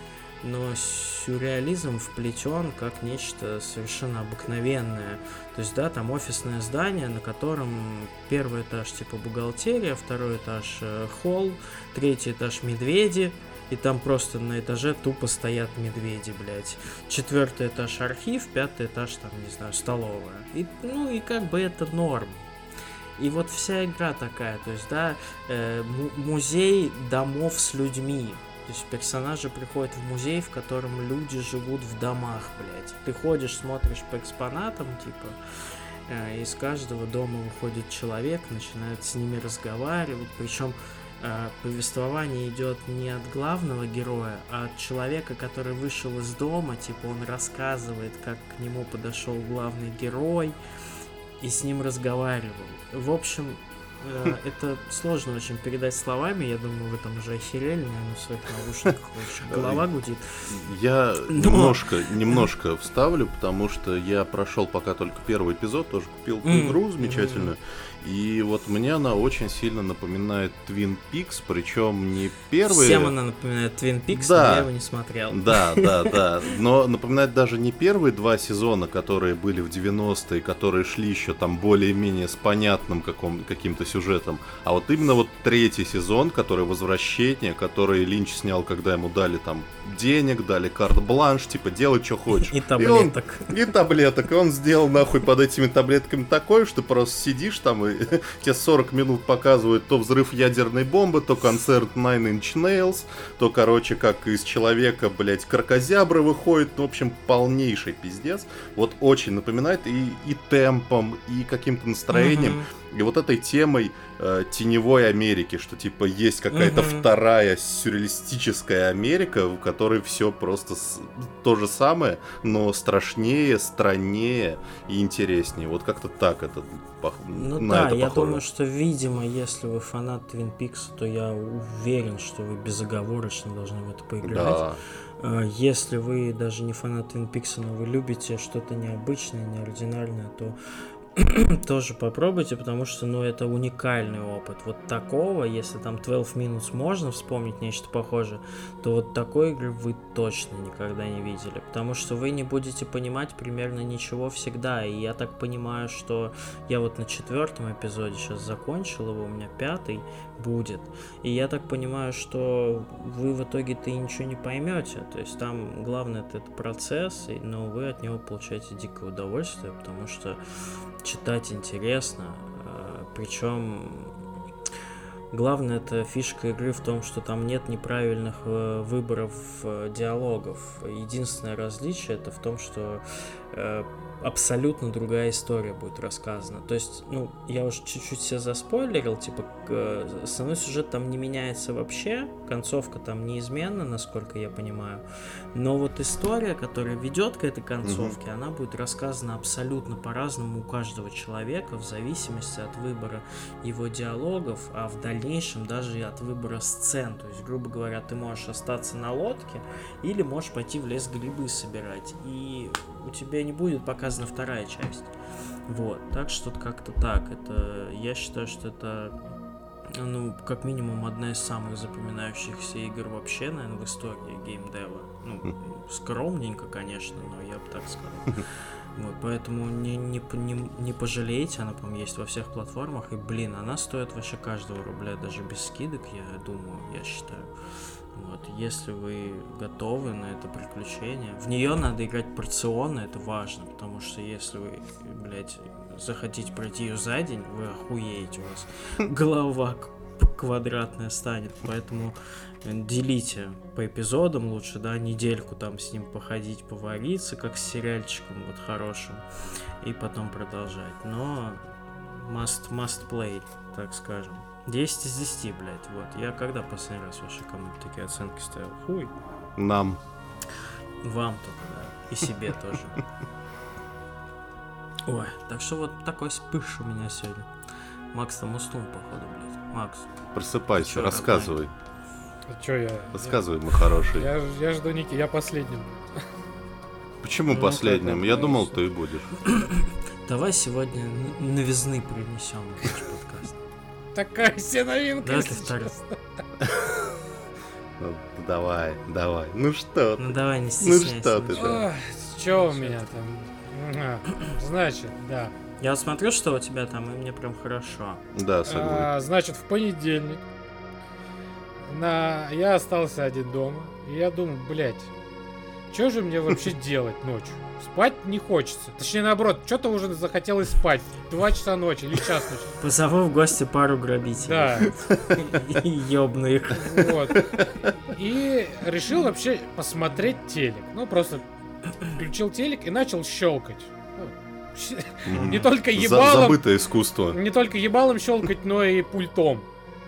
но сюрреализм вплетен как нечто совершенно обыкновенное. То есть, да, там офисное здание, на котором первый этаж типа бухгалтерия, второй этаж э, холл, третий этаж медведи, и там просто на этаже тупо стоят медведи, блядь. Четвертый этаж архив, пятый этаж, там, не знаю, столовая. И, ну, и как бы это норм. И вот вся игра такая, то есть, да, э, музей домов с людьми. То есть персонажи приходят в музей, в котором люди живут в домах, блядь. Ты ходишь, смотришь по экспонатам, типа, э, из каждого дома выходит человек, начинает с ними разговаривать. Причем э, повествование идет не от главного героя, а от человека, который вышел из дома. Типа он рассказывает, как к нему подошел главный герой и с ним разговаривал. В общем... Это сложно очень передать словами. Я думаю, вы там уже охерели, наверное, в своих наушниках. Очень голова гудит. Я Но... немножко, немножко вставлю, потому что я прошел пока только первый эпизод, тоже купил mm-hmm. игру замечательную. И вот мне она очень сильно напоминает Twin Peaks, причем не первые... Всем она напоминает Twin Peaks, да. но я его не смотрел. Да, да, да. Но напоминает даже не первые два сезона, которые были в девяностые, которые шли еще там более-менее с понятным каком- каким-то сюжетом, а вот именно вот третий сезон, который «Возвращение», который Линч снял, когда ему дали там денег, дали карт-бланш, типа делай, что хочешь. И таблеток. И, он, и таблеток. И он сделал нахуй под этими таблетками такое, что просто сидишь там и тебе сорок минут показывают то взрыв ядерной бомбы, то концерт Nine Inch Nails, то, короче, как из человека, блядь, кракозябры выходит. Ну, в общем, полнейший пиздец. Вот очень напоминает и, и темпом, и каким-то настроением. Mm-hmm. И вот этой темой э, теневой Америки, что типа есть какая-то mm-hmm. вторая сюрреалистическая Америка, в которой все просто с... то же самое, но страшнее, страннее и интереснее. Вот как-то так это пох... ну, на да, это я похоже. думаю, что, видимо, если вы фанат Twin Peaks, то я уверен, что вы безоговорочно должны в это поиграть. Да. Если вы даже не фанат Twin Peaks, но вы любите что-то необычное, неординарное, то тоже попробуйте, потому что, ну, это уникальный опыт. Вот такого, если там двенадцать Minutes можно вспомнить нечто похожее, то вот такой игры вы точно никогда не видели, потому что вы не будете понимать примерно ничего всегда, и я так понимаю, что я вот на четвертом эпизоде сейчас закончил его, у меня пятый будет, и я так понимаю, что вы в итоге-то и ничего не поймете, то есть там главное это, это процесс, но вы от него получаете дикое удовольствие, потому что читать интересно, причем главное это фишка игры в том, что там нет неправильных выборов диалогов. Единственное различие это в том, что абсолютно другая история будет рассказана. То есть, ну, я уже чуть-чуть себя заспойлерил, типа, основной сюжет там не меняется вообще, концовка там неизменна, насколько я понимаю, но вот история, которая ведет к этой концовке, mm-hmm. она будет рассказана абсолютно по-разному у каждого человека, в зависимости от выбора его диалогов, а в дальнейшем даже и от выбора сцен. То есть, грубо говоря, ты можешь остаться на лодке или можешь пойти в лес грибы собирать, и у тебя не будет показана вторая часть. Вот, так что как-то так. Это, я считаю, что это, ну, как минимум, одна из самых запоминающихся игр вообще, наверное, в истории геймдева. Ну, скромненько, конечно, но я бы так сказал. Вот, поэтому не, не, не, не пожалейте, она, по-моему, есть во всех платформах, и, блин, она стоит вообще каждого рубля, даже без скидок, я думаю, я считаю. Вот, если вы готовы на это приключение, в нее надо играть порционно, это важно, потому что если вы, блядь, захотите пройти ее за день, вы охуеете, у вас голова квадратная станет, поэтому делите по эпизодам лучше, да, недельку там с ним походить, повариться, как с сериальчиком вот хорошим, и потом продолжать, но must, must play, так скажем. десять из десяти, блядь, вот. Я когда последний раз вообще кому-то такие оценки ставил? Хуй. Нам. Вам только, да. И себе тоже. Ой, так что вот такой спыш у меня сегодня. Макс там уснул, походу, блядь. Макс. Просыпайся, чё, рассказывай. А чё я? Рассказывай, мы хороший. Я, я жду Ники, я последним. Почему ну, последним? Я думал, ты будешь. Давай сегодня новизны принесем в наш подкаст. Такая себе новинка, да, если честно. Ну, давай, давай. Ну что ты? Ну давай, не стесняйся. Ну что ты там? Чё у меня там? А, значит, да. Я вот смотрю, что у тебя там, и мне прям хорошо. Да, согласен. А, значит, в понедельник на... я остался один дома, и я думаю, блядь, что же мне вообще делать ночью? Спать не хочется. Точнее, наоборот, что-то уже захотелось спать. Два часа ночи или час ночи. Позову в гости пару грабителей. Да. И ёбну их. Вот. И решил вообще посмотреть телек. Ну, просто включил телек и начал щелкать. Не только ебалом... Забытое искусство. Не только ебалом щелкать, но и пультом.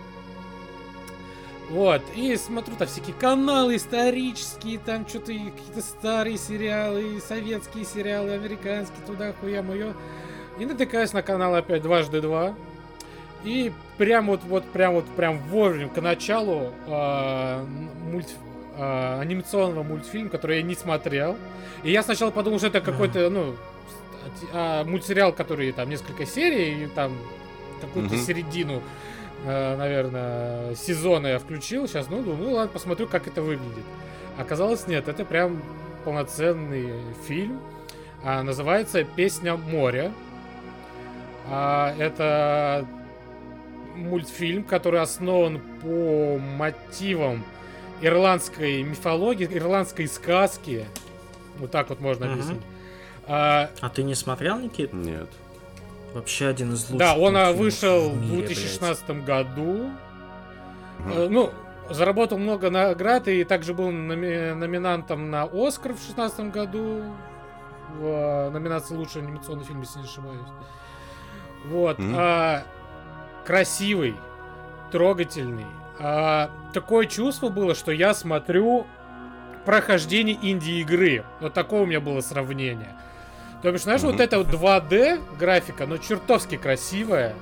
Вот, и смотрю там всякие каналы исторические, там что-то какие-то старые сериалы, советские сериалы, американские, туда хуя моё. И натыкаюсь на канал опять дважды два. И прям вот, вот, прям вот, прям вовремя к началу э, мульт, э, анимационного мультфильма, который я не смотрел. И я сначала подумал, что это какой-то, ну, э, мультсериал, который там несколько серий, и там какую-то mm-hmm. середину, э, наверное, сезона я включил. Сейчас, ну, думаю, ну ладно, посмотрю, как это выглядит. Оказалось, нет, это прям полноценный фильм. А, называется «Песня моря». А, это мультфильм, который основан по мотивам ирландской мифологии, ирландской сказки. Вот так вот можно объяснить. Uh-huh. А, а ты не смотрел, Никит? Нет. Вообще один из лучших. Да, он вышел в, мире, в две тысячи шестнадцатом году. Uh-huh. Ну, заработал много наград и также был номи- номинантом на Оскар в две тысячи шестнадцатом году. В номинации «Лучший анимационный фильм», если не ошибаюсь. Вот. Mm-hmm. А, красивый, трогательный. А, такое чувство было, что я смотрю прохождение инди-игры. Вот такое у меня было сравнение. То бишь, знаешь, mm-hmm. вот эта вот два дэ графика, но чертовски красивая.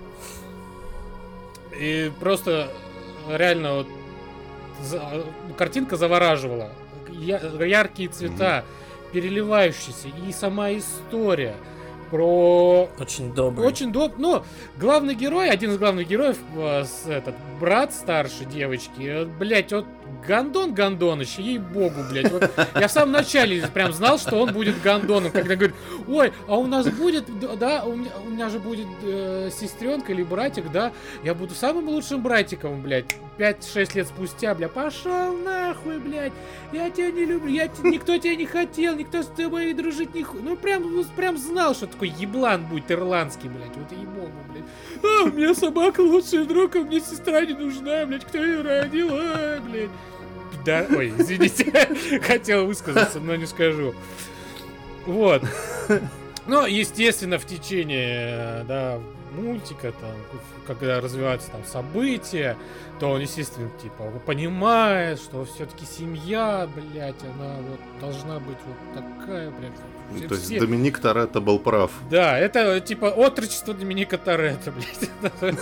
И просто реально вот за, картинка завораживала. Я, яркие цвета. Mm-hmm. Переливающийся, и сама история про... Очень добрый. Очень добрый. Ну, главный герой, один из главных героев, с, этот, брат старшей девочки, блять, вот Гондон Гондоныч, ей-богу, блядь. Вот я в самом начале прям знал, что он будет гондоном, когда говорит, ой, а у нас будет, да, у меня, у меня же будет э, сестренка или братик, да, я буду самым лучшим братиком, блядь. пять-шесть лет спустя, бля, пошел нахуй, блядь, я тебя не люблю, я, никто тебя не хотел, никто с тобой дружить не хочет. Ну, прям, ну, прям знал, что такой еблан будет ирландский, блядь, вот ей-богу, блядь. А, у меня собака лучший друг, а мне сестра не нужна, блядь, кто ее родил, а, блядь. Да, ой, извините, хотел высказаться, но не скажу. Вот. Ну, естественно, в течение, да, мультика, там, когда развиваются там события, то он, естественно, типа, понимает, что все-таки семья, блядь, она вот должна быть вот такая, блядь. Все, то есть все... Доминик Торетто был прав. Да, это типа отрочество Доминика Торетто, блядь.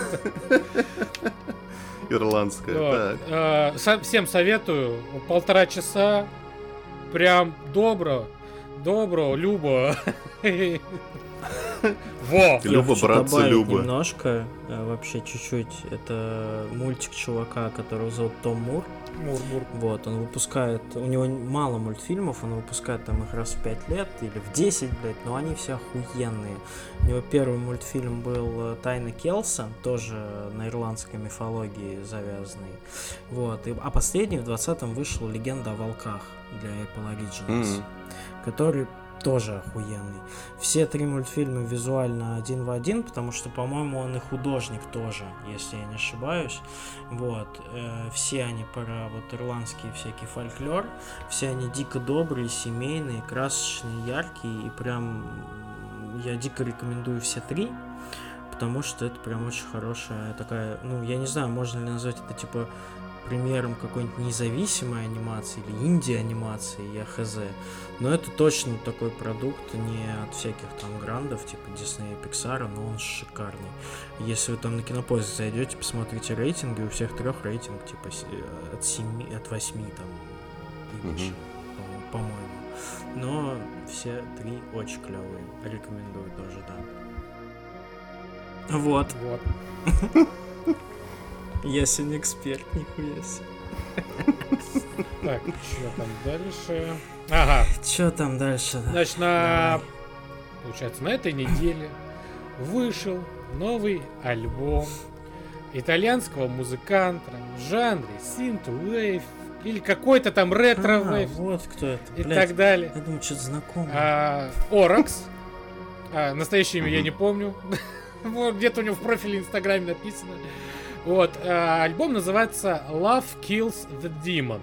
Ирландская, вот. Так. А, со- всем советую. Полтора часа. Прям добро. Добро, Любо. Во! Люба, братцы, Люба. Немножко, вообще чуть-чуть. Это мультик чувака, которого зовут Том Мур. Мур, Мур. Вот, он выпускает... У него мало мультфильмов, он выпускает там их раз в пять лет или в десять, блядь, но они все охуенные. У него первый мультфильм был «Тайна Келса», тоже на ирландской мифологии завязанный. Вот, и, а последний в двадцатом вышел «Легенда о волках» для Apple Origins, mm-hmm. который тоже охуенный. Все три мультфильма визуально один в один, потому что, по-моему, он и художник тоже, если я не ошибаюсь. Вот. Э, все они про вот ирландский всякий фольклор. Все они дико добрые, семейные, красочные, яркие. И прям я дико рекомендую все три, потому что это прям очень хорошая такая... Ну, я не знаю, можно ли назвать это типа примером какой-нибудь независимой анимации или инди-анимации, я хз. Но это точно такой продукт, не от всяких там грандов, типа Disney и Pixar, но он шикарный. Если вы там на Кинопоиск зайдете, посмотрите рейтинги, у всех трех рейтинг типа от семи, от восьми там и выше, mm-hmm. по-моему. Но все три очень клевые. Рекомендую тоже, да. Вот. Вот. Я сегодня эксперт, нихуя себе. Так, что там дальше? Ага. Что там дальше? Да? Значит, на... Получается, на этой неделе вышел новый альбом итальянского музыканта в жанре синт-вейв или какой-то там ретро-вейв. А, вот кто это. И блядь, так далее. Я думаю, что-то знакомое. А, Оракс. А, настоящее имя я не помню. Вот, где-то у него в профиле в Инстаграме написано. Вот, а, альбом называется Love Kills the Demon.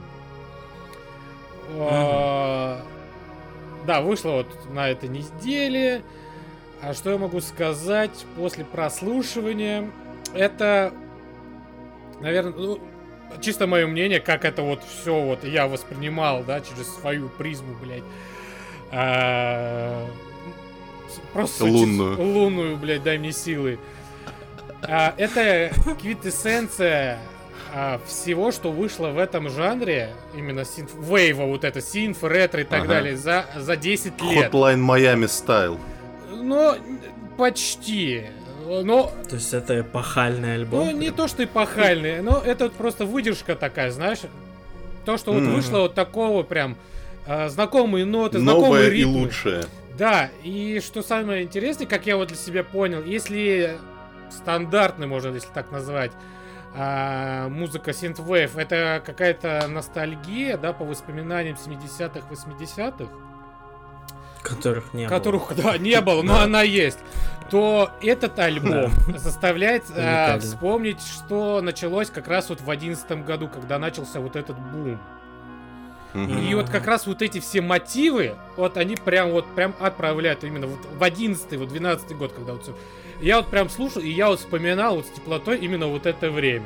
А, да, вышло вот на этой неделе. А что я могу сказать после прослушивания? Это, наверное, ну, чисто мое мнение, как это вот все вот я воспринимал, да, через свою призму, блядь. А, просто лунную. Через, лунную, блядь, дай мне силы. А, это квинтэссенция а, всего, что вышло в этом жанре, именно синф-вейва, вот это, синф, ретро и так ага. далее, за, за десять лет. Hotline Miami Style. Ну, почти. но... То есть это эпохальный альбом? Ну, не то, что эпохальный, но это вот просто выдержка такая, знаешь. То, что вот mm-hmm. вышло вот такого прям э, знакомые ноты, знакомые ритмы. Новое и лучшее. Да, и что самое интересное, как я вот для себя понял, если стандартный, можно если так назвать, э, музыка Synthwave, это какая-то ностальгия, да, по воспоминаниям семидесятых, восьмидесятых, которых не которых, было. Да, не было, но она есть, то этот альбом да. заставляет э, вспомнить, что началось как раз вот в одиннадцатом году, когда начался вот этот бум. Mm-hmm. И вот как раз вот эти все мотивы, вот они прям вот прям отправляют именно вот в одиннадцатый, вот двенадцатый год, когда вот все. Я вот прям слушал, и я вот вспоминал вот с теплотой именно вот это время.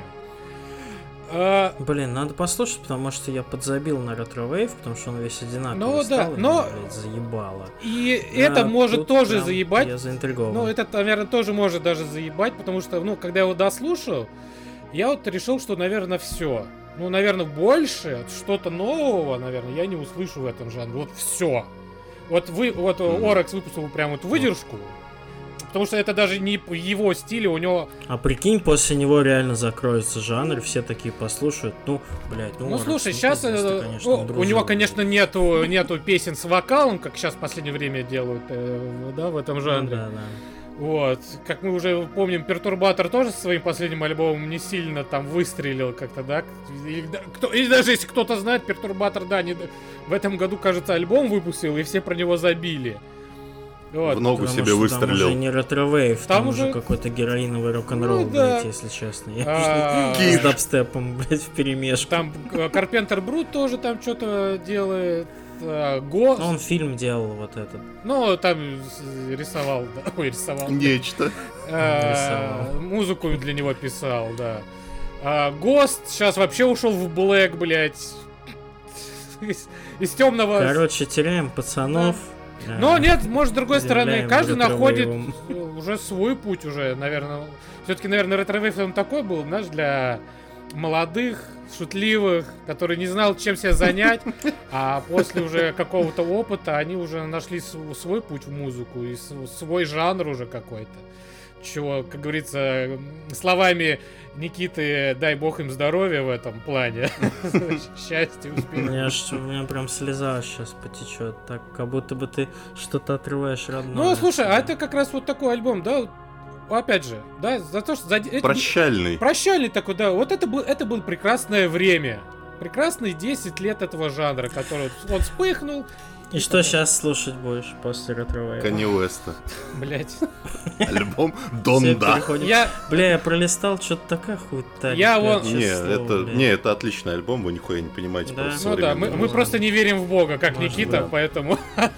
А... Блин, надо послушать, потому что я подзабил на ретро-вейв, потому что он весь одинаковый ну, стал, да, и но... меня, блядь, заебало. И а это может тоже заебать. Я заинтригован. Ну, это, наверное, тоже может даже заебать, потому что, ну, когда я его дослушал, я вот решил, что, наверное, все. Ну, наверное, больше, что-то нового, наверное, я не услышу в этом жанре. Вот все. Вот вы, вот mm-hmm. Орекс выпустил прям вот выдержку. Потому что это даже не его стиль, у него... А прикинь, после него реально закроется жанр, все такие послушают, ну, блядь, ну... Ну, Орекс, слушай, ну, сейчас, пиздец, конечно, ну, у него, конечно, нету, нету песен с вокалом, как сейчас в последнее время делают, э, да, в этом жанре. Ну, да, да. Вот, как мы уже помним, Пертурбатор тоже со своим последним альбомом не сильно там выстрелил как-то, да? Или, кто, или даже если кто-то знает, Пертурбатор, да, не, в этом году, кажется, альбом выпустил, и все про него забили. Вот. В ногу Потому себе выстрелил. Там уже не ретро-вейв, там, там уже уже какой-то героиновый рок-н-ролл, ну, да. блядь, если честно. Я а... с дабстепом, блядь, вперемешку. Там Карпентер Брут тоже там что-то делает. Го... Он фильм делал вот этот. Ну, там рисовал, да. Ой, рисовал. Нечто. А, музыку для него писал, да. А, Гост сейчас вообще ушел в Блэк, блядь. Из, из темного. Короче, теряем пацанов. Да. Но нет, может, с другой стороны, каждый находит уже свой путь уже, наверное. Все-таки, наверное, ретро-вейв он такой был, знаешь, для молодых, шутливых, который не знал, чем себя занять, а после уже какого-то опыта они уже нашли свой путь в музыку и свой жанр уже какой-то. Чего, как говорится, словами Никиты, дай бог им здоровья в этом плане. Счастья, успеха. У меня, у меня прям слеза сейчас потечет, так как будто бы ты что-то отрываешь родное. Ну, слушай, а это как раз вот такой альбом, да? Опять же, да, за то, что... За... Прощальный. Прощальный такой, да. Вот это, был, это было прекрасное время. Прекрасные десять лет этого жанра, который он вспыхнул. И что сейчас слушать будешь после ретро-вейва? Канье Уэста. Блять. Альбом Донда. Я... Бля, я пролистал, что-то такая хуйта. Я вот... Не, это, не, это отличный альбом, вы нихуя не понимаете. Да? Ну да, мы, мы просто не верим в Бога, как Может, Никита, да. Поэтому...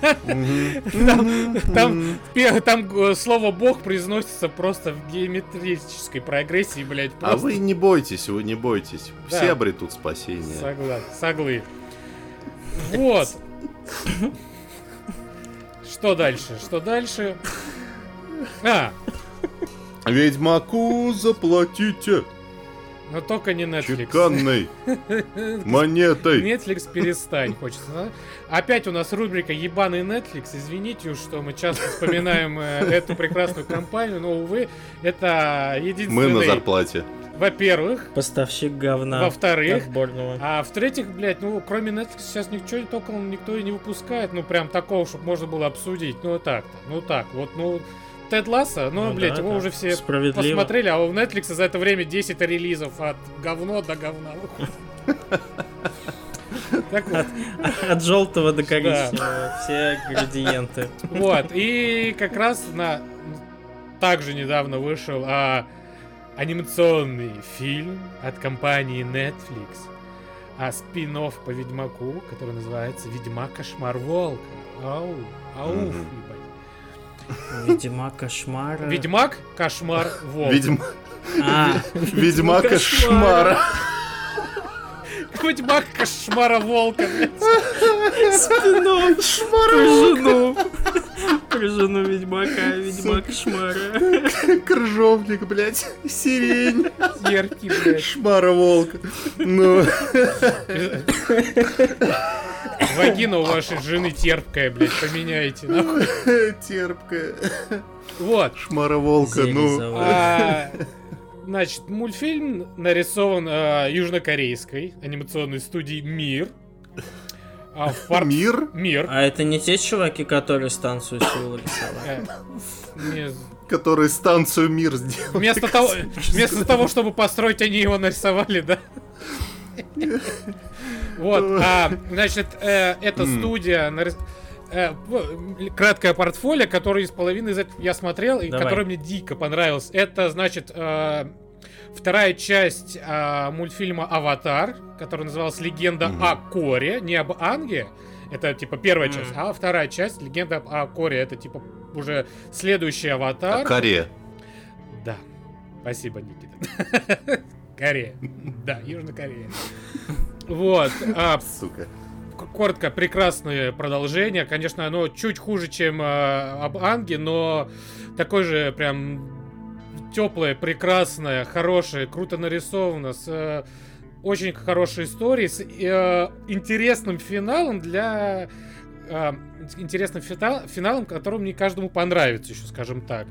Там слово Бог произносится просто в геометрической прогрессии, блять. А вы не бойтесь, вы не бойтесь. Все обретут спасение. Согласен, соглы. Вот. Что дальше? Что дальше? А! Ведьмаку заплатите! Но только не Netflix. Чеканной монетой. Netflix перестань, хочется. Опять у нас рубрика «Ебаный Netflix». Извините, что мы часто вспоминаем эту прекрасную компанию, но, увы, это единственный... Мы на зарплате. Во-первых. Поставщик говна. Во-вторых. А в-третьих, блядь, ну, кроме Netflix сейчас ничего толком никто и не выпускает. Ну, прям такого, чтобы можно было обсудить. Ну, так-то. Ну, так. Вот, ну... Тед Лассо, ну, ну блядь, да, его да. уже все посмотрели, а у Netflix за это время десять релизов от говно до говна выходит. От желтого до коричневого. Все градиенты. Вот, и как раз на также недавно вышел анимационный фильм от компании Netflix, а спин-офф по Ведьмаку, который называется «Ведьмак. Кошмар волка». Ау, ауф, ебать. Ведьмак кошмара. Ведьмак кошмар волк. Ведьмак. Ведьмак кошмара. Ведьмак кошмара волка, блядь. Спином про жену. Про жену ведьмака, ведьмак кошмара. Крыжовник, блядь. Сирень. Яркий, блядь. Шмара волка. Ну. Вагина у вашей жены терпкая, блядь, поменяйте, нахуй. Терпкая. Вот. Шмара-волка, ну. А, значит, мультфильм нарисован а, южнокорейской анимационной студией «Мир». А в пар... Мир? Мир. А это не те чуваки, которые станцию Сеула рисовали? Не... Которые станцию «Мир» сделали. Вместо того, вместо того, чтобы построить, они его нарисовали, да? Вот, а, значит, э, эта студия... Нарис... Э, краткое портфолио, которое из половины из этого я смотрел, и Давай. которое мне дико понравилось. Это, значит... Э, Вторая часть э, мультфильма «Аватар», который назывался «Легенда mm-hmm. о Коре», не об Анге. Это, типа, первая mm-hmm. часть. А вторая часть «Легенда о Коре» — это, типа, уже следующий «Аватар». О Коре. Да. Спасибо, Никита. Корея. Да, Южная Корея. Вот. А, Сука. Коротко, прекрасное продолжение. Конечно, оно чуть хуже, чем э, об Анге, но такой же прям... теплая, прекрасная, хорошая, круто нарисована, с э, очень хорошей историей, с э, интересным финалом для... Э, интересным фита- финалом, которым не каждому понравится, еще скажем так.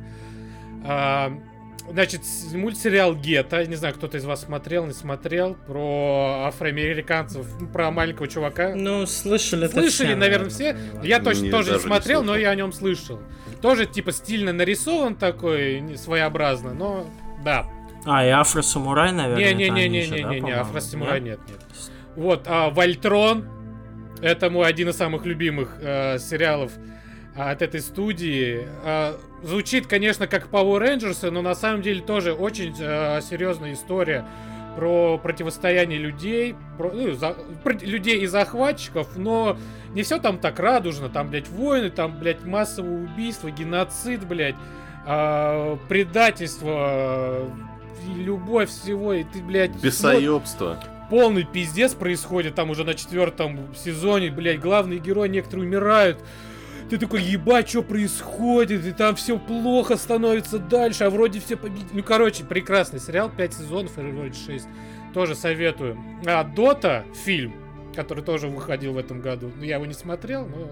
Э, значит, мультсериал «Гетто», не знаю, кто-то из вас смотрел, не смотрел, про афроамериканцев, про маленького чувака. Ну, слышали это Слышали, все, наверное, все. Я точно Не, тоже не даже не смотрел, но слышал. я о нем слышал. Тоже, типа, стильно нарисован такой, не- своеобразно, но да. А, и Афро-самурай, наверное, это они же, да, Не-не-не-не-не-не, по-моему? Афросамурай Нет? нет, нет. Вот, а Вольтрон, это мой один из самых любимых э, сериалов а, от этой студии. А, звучит, конечно, как Power Rangers, но на самом деле тоже очень э, серьезная история про противостояние людей, про, ну, за, про людей и захватчиков, но не все там так радужно, там, блядь, войны, там, блядь, массовые убийства, геноцид, блядь, э, предательство, и любовь всего, и ты, блядь... Бесоебство. Полный пиздец происходит там уже на четвертом сезоне, блядь, главные герои некоторые умирают. Ты такой, ебать, что происходит, и там все плохо становится дальше, а вроде все победили. Ну, короче, прекрасный сериал, пять сезонов, или вроде шесть. Тоже советую. А Дота, фильм, который тоже выходил в этом году. Ну, я его не смотрел, но...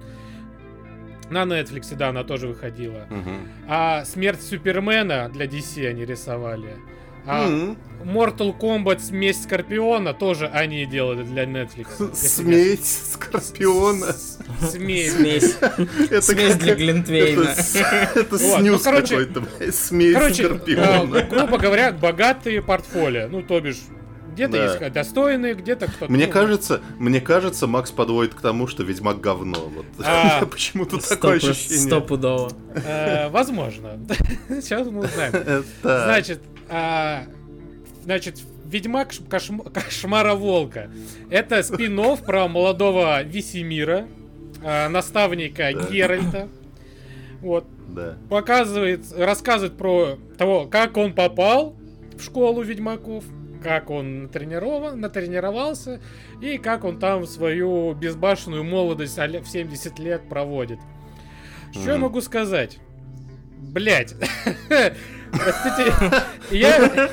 На Netflix, да, она тоже выходила. Угу. А Смерть Супермена для ди си они рисовали. А М. Mortal Kombat Смесь Скорпиона тоже они делали для Netflix. Смесь Скорпиона. Смесь. Смесь. Это Смесь как- для Глинтвейна. Это, с- это Вот, снюс ну, короче- какой-то, блядь. Смесь Короче, Скорпиона. э, грубо говоря, богатые портфолио. Ну, то бишь, где-то Да. есть достойные, где-то кто-то... Мне ну, кажется, мне кажется, Макс подводит к тому, что Ведьмак говно. Вот. А. Почему-то такое Сто- ощущение. Стопудово. э, возможно. Сейчас мы узнаем. Это... Значит, а, значит, Ведьмак Ш- Кошм- Кошмара Волка. Это спин-офф про молодого Весемира, а, наставника Да. Геральта. Вот. Да. Показывает, рассказывает про того, как он попал в школу ведьмаков, как он натренирован, натренировался и как он там свою безбашенную молодость а-ля в семьдесят лет проводит. Что я Мгм. могу сказать? Блять. Простите, я...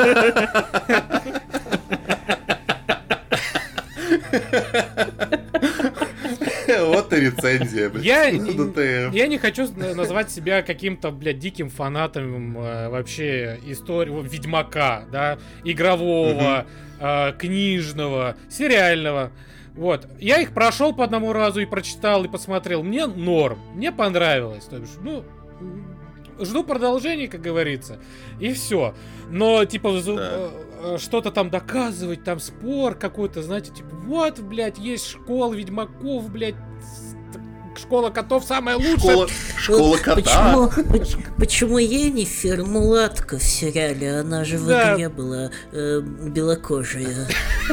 Вот и рецензия, блядь. Я, на ДТФ. не- я не хочу на- назвать себя каким-то, блядь, диким фанатом э, вообще истории вот, Ведьмака, да, игрового, э, книжного, сериального. Вот. Я их прошел по одному разу и прочитал, и посмотрел. Мне норм, мне понравилось. То бишь, ну, жду продолжения, как говорится, и все. Но, типа, зу- Да. э, э, что-то там доказывать, там спор какой-то, знаете, типа, вот, блядь, есть школа ведьмаков, блядь, с- школа котов самая лучшая. Школа, школа Вот кота. Почему, поч- почему Енифер мулатка в сериале? Она же в Да. игре была э, белокожая.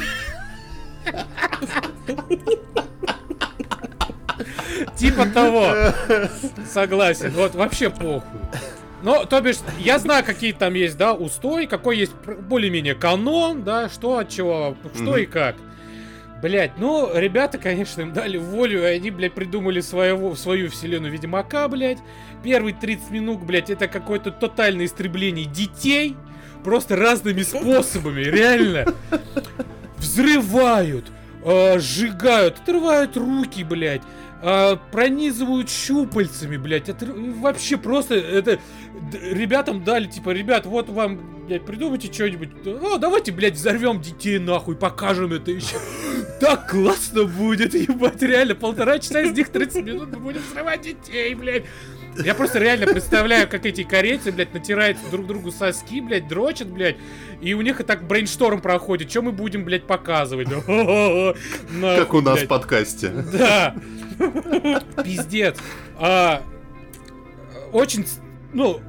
Типа того. Согласен. Вот вообще похуй. Но, то бишь, я знаю, какие там есть, да, устои, какой есть пр- более-менее канон, да, что от чего, что Мгм. и как. Блять, ну, ребята, конечно, им дали волю, и они, блядь, придумали своего, свою вселенную Ведьмака, блядь. Первые тридцать минут, блядь, это какое-то тотальное истребление детей, просто разными способами, реально. Взрывают, э, сжигают, отрывают руки, блядь, э, пронизывают щупальцами, блядь, отр... вообще просто это ребятам дали, типа, ребят, вот вам, блядь, придумайте что-нибудь, о, давайте, блядь, взорвем детей нахуй, покажем это еще. Так классно будет, ебать, реально, полтора часа из них тридцать минут мы будем взрывать детей, блядь. Я просто реально представляю, как эти корейцы, блядь, натирают друг другу соски, блядь, дрочат, блядь, и у них и так брейншторм проходит, что мы будем, блядь, показывать? Как у нас в подкасте. Да. Пиздец. Очень, ну,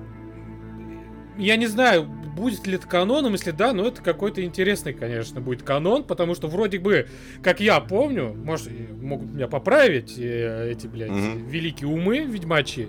я не знаю, будет ли это каноном, если да, но это какой-то интересный, конечно, будет канон, потому что вроде бы, как я помню, может, могут меня поправить э, эти, блядь, mm-hmm. великие умы ведьмачьи,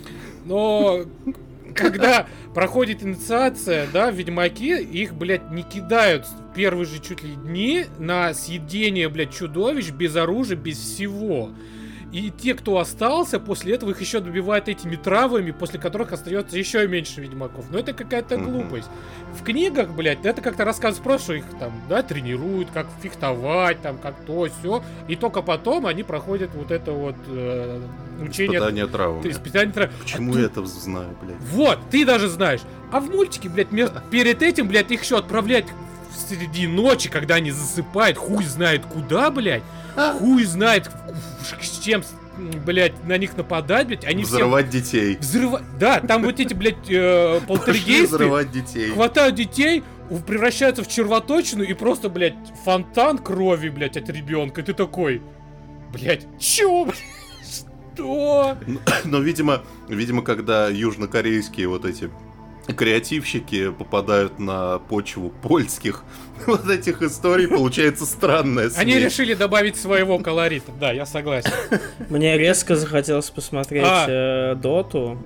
но когда проходит инициация, да, ведьмаки, их, блядь, не кидают в первые же чуть ли дни на съедение, блядь, чудовищ без оружия, без всего. И те, кто остался, после этого их еще добивают этими травами, после которых остается еще меньше ведьмаков. Но это какая-то mm-hmm. глупость. В книгах, блядь, это как-то рассказывают просто, что их там, да, тренируют, как фехтовать, там, как то, все. И только потом они проходят вот это вот э, учение... Испытание травмами. Испытание травмами. Почему а я ты... это знаю, блядь? Вот, ты даже знаешь. А в мультике, блядь, перед этим, блядь, их еще отправлять среди ночи, когда они засыпают, хуй знает куда, блядь. Хуй знает, с чем, блядь, на них нападать, блядь. Они взрывать всем... детей. Взрыва... Да, там вот эти, блядь, э, полтергейсты взрывать детей. Хватают детей, превращаются в червоточину и просто, блядь, фонтан крови, блядь, от ребенка. И ты такой, блядь, чё, блядь? Что? Но, но, видимо, видимо, когда южнокорейские вот эти креативщики попадают на почву польских вот этих историй, получается странная смесь. Они решили добавить своего колорита, да, я согласен. Мне резко захотелось посмотреть а. э, Доту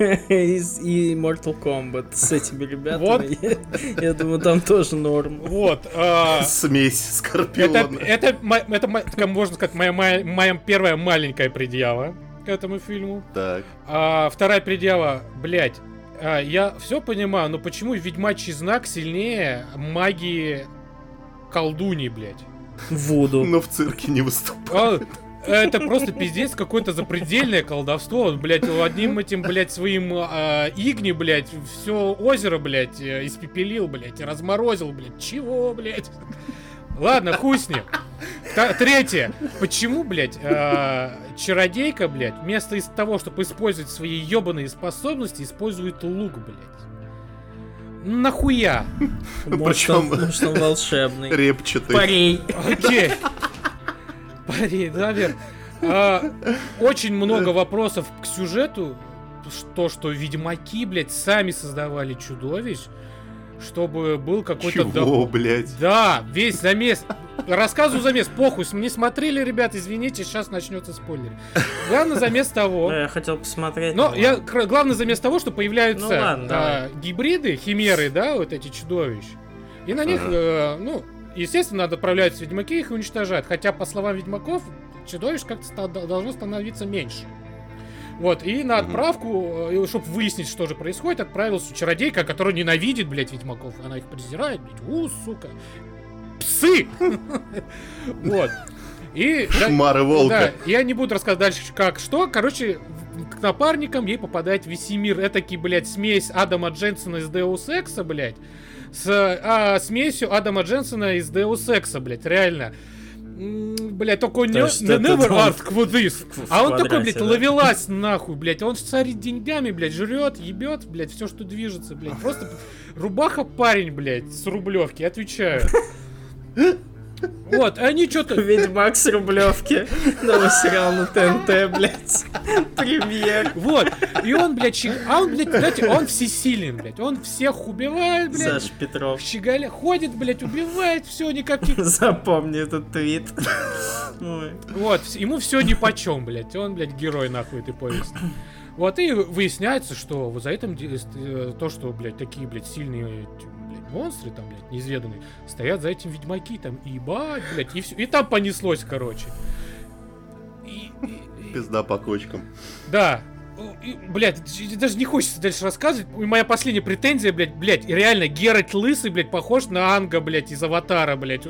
и Mortal Kombat с этими ребятами. Вот. Я, я думаю, там тоже норм. Вот. А... Смесь Скорпиона. Это, это, это, это, можно сказать, моя, моя, моя первая маленькая предъява к этому фильму. Так. А, вторая предъява, блядь. А, я все понимаю, но почему ведьмачий знак сильнее магии колдуньи, блядь? Вуду. Но в цирке не выступает. А, это просто пиздец, какое-то запредельное колдовство. Он, блядь, одним этим, блядь, своим а, игни, блядь, все озеро, блядь, испепелил, блядь, разморозил, блядь. Чего, блядь? Ладно, хуй с ним. Третье. Почему, блядь, э, чародейка, блядь, вместо из того, чтобы использовать свои ебаные способности, использует лук, блядь? Нахуя? Может, он, может, он волшебный. Репчатый. Парей. Окей. Парей, наверное. А, очень много вопросов к сюжету. То, что ведьмаки, блядь, сами создавали чудовищ, чтобы был какой-то... Чего, доход. блядь? Да, весь замес. Рассказываю замес, похуй, не смотрели, ребят, извините, сейчас начнется спойлер. Главный замес того... Я хотел посмотреть. Но я, главный замес того, что появляются ну, ладно, а, гибриды, химеры, да, вот эти чудовищ. И на них, э, ну, естественно, надо отправляются ведьмаки, их уничтожают. Хотя, по словам ведьмаков, чудовищ как-то должно становиться меньше. Вот, и на отправку, чтобы выяснить, что же происходит, отправился чародейка, которая ненавидит, блядь, ведьмаков. Она их презирает, блядь, у, сука. Псы! Вот. И... Мары волка. Да, я не буду рассказывать дальше, как что. Короче, к напарникам ей попадает Весемир. Этакий, блядь, смесь Адама Дженсона из Deus Ex, блядь, с а, смесью Адама Дженсона из Deus Ex, блядь, реально. Блять, только он не never ask for this. А он такой, блядь, ловелась нахуй, блядь. Он царит деньгами, блядь, жрет, ебет, блядь, все, что движется, блядь. Просто рубаха парень, блядь, с Рублевки, отвечаю. Вот, они что-то... Ведьмак с Рублевки. Новый сериал на ТНТ, блядь. Премьер. Вот, и он, блядь, щег... а он, блядь, знаете, он всесилен, блядь. Он всех убивает, блядь. Саша Петров. Щеголя... Ходит, блядь, убивает, все, никаких... Запомни этот твит. Вот, ему все нипочем, блядь. Он, блядь, герой, нахуй, этой повести. Вот, и выясняется, что за этим то, что, блядь, такие, блядь, сильные... монстры там, блядь, неизведанные, стоят за этим ведьмаки там, и ебать, блядь, и все. И там понеслось, короче. И, и, и... Пизда по кочкам. Да. И, блядь, даже не хочется дальше рассказывать. И моя последняя претензия, блядь, блядь, реально, Геральт лысый, блядь, похож на Анга, блядь, из Аватара, блядь.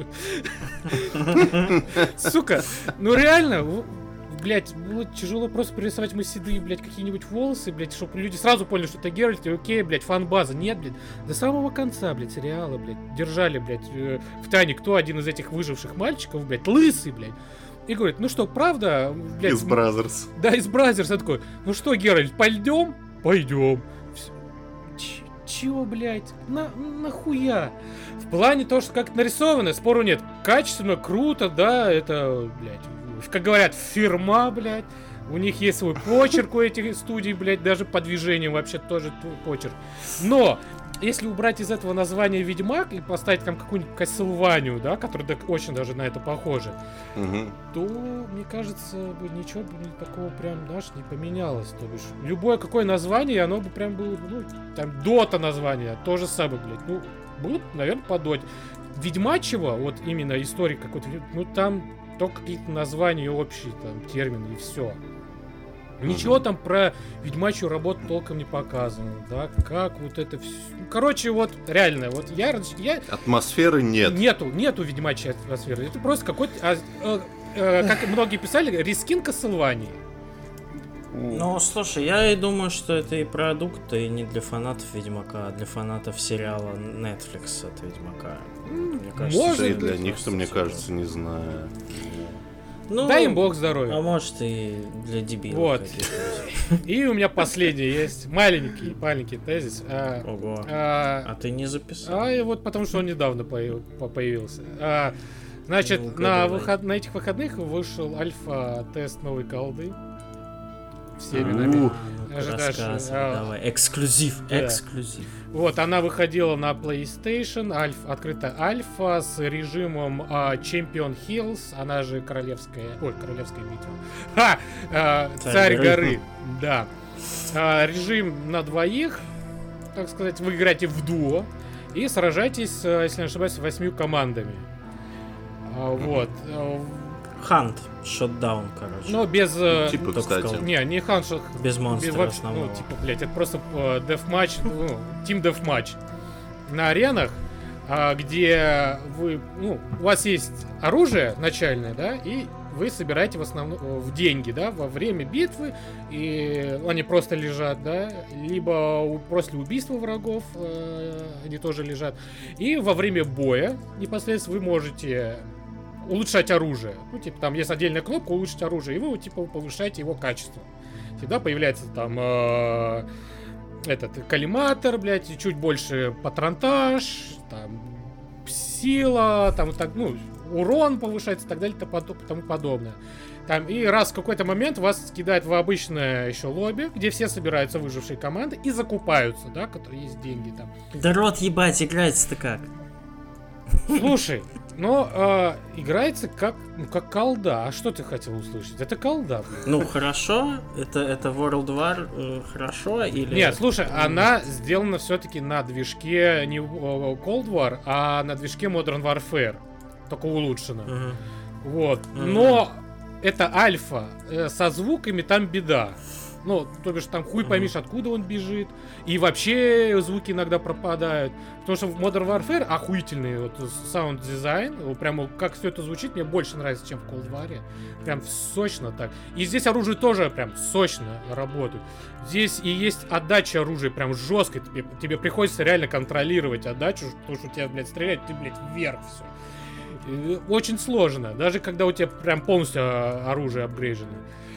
Сука, ну реально, блядь, было тяжело просто перерисовать мы седые, блядь, какие-нибудь волосы, блядь, чтобы люди сразу поняли, что это Геральт, и окей, блядь, фан-база. Нет, блядь, до самого конца, блядь, сериала, блядь, держали, блядь, в тайне, кто один из этих выживших мальчиков, блядь, лысый, блядь. И говорит, ну что, правда, блядь... Из Бразерс. Да, из Бразерс. Я такой, ну что, Геральт, пойдем? Пойдем. Ч- чего, блядь? На, нахуя? В плане того, что как нарисовано, спору нет. Качественно, круто, да, это, блядь, как говорят, фирма, блядь. У них есть свой почерк у этих студий, блядь, даже по движению вообще тоже почерк. Но... Если убрать из этого название Ведьмак и поставить там какую-нибудь Castlevania, да, которая так очень даже на это похожа, угу. то, мне кажется, бы ничего бы такого прям, знаешь, не поменялось. То бишь, любое какое название, оно бы прям было, ну, там, Дота название, то же самое, блядь. Ну, было, наверное, по Доте. Ведьмачево, вот именно история какой-то, ну, там только какие-то названия общие, там, термины и все. Ничего mm-hmm. там про ведьмачью работу толком не показано, да, как вот это все. Короче, вот реально, вот я... я... Атмосферы нет. Нету, нету ведьмачьей атмосферы. Это просто какой-то, а, а, а, как многие писали, рискин Castlevania. Ну, слушай, я и думаю, что это и продукт, и не для фанатов Ведьмака, а для фанатов сериала Netflix от Ведьмака. Мне кажется, может, и для них-то, мне кажется, не знаю. Ну, дай им бог здоровья. А может и для дебилов. Вот. И у меня последний есть. Маленький, маленький тезис. А, Ого. А, а ты не записал? А, и вот потому что он недавно появился. А, значит, ну, на, выход... на этих выходных вышел альфа-тест новой колды. Всеми нами. Рассказывай, а, давай. Эксклюзив, да. эксклюзив. Вот, она выходила на PlayStation, альф, открытая альфа с режимом а, Champion Hills, она же королевская, ой, королевская битва. Ха! А, Царь, Царь горы. горы, да. А, режим на двоих, так сказать, вы играете в дуо и сражаетесь, если не ошибаюсь, с восьмью командами. А, вот. Хант, шотдаун, короче. Но без... Ну, типа, кстати. Не, не хант, шот... Без монстра без, основного. Ну, типа, блядь, это просто uh, дефматч, ну, тим дефматч. На аренах, uh, где вы, ну, у вас есть оружие начальное, да, и вы собираете в основном в деньги, да, во время битвы, и они просто лежат, да, либо после убийства врагов uh, они тоже лежат. И во время боя непосредственно вы можете... улучшать оружие. Ну, типа, там есть отдельная кнопка улучшить оружие, и вы, типа, повышаете его качество. Всегда появляется там э, этот коллиматор, блядь, чуть больше патронтаж, там сила, там так, ну, урон повышается и так далее и тому подобное. Там, и раз в какой-то момент вас кидают в обычное еще лобби, где все собираются выжившие команды и закупаются, да, которые есть деньги там. Да рот ебать, играется-то как? Слушай, но э, играется как, ну, как колда. А что ты хотел услышать? Это колда. Блин. Ну хорошо, это, это World War э, хорошо или... Нет, слушай, она сделана все-таки на движке не Cold War, а на движке Modern Warfare. Только улучшена. Uh-huh. Вот. Uh-huh. Но это альфа. Э, со звуками там беда. Ну, то бишь, там хуй поймешь, mm-hmm. откуда он бежит. И вообще звуки иногда пропадают. Потому что в Modern Warfare охуительный вот саунд-дизайн. Прямо как все это звучит, мне больше нравится, чем в Cold War. Прям сочно так. И здесь оружие тоже прям сочно работает. Здесь и есть отдача оружия прям жесткой. Тебе, тебе приходится реально контролировать отдачу, потому что у тебя, блядь, стреляет, ты, блядь, вверх все. И очень сложно. Даже когда у тебя прям полностью оружие апгрейжено.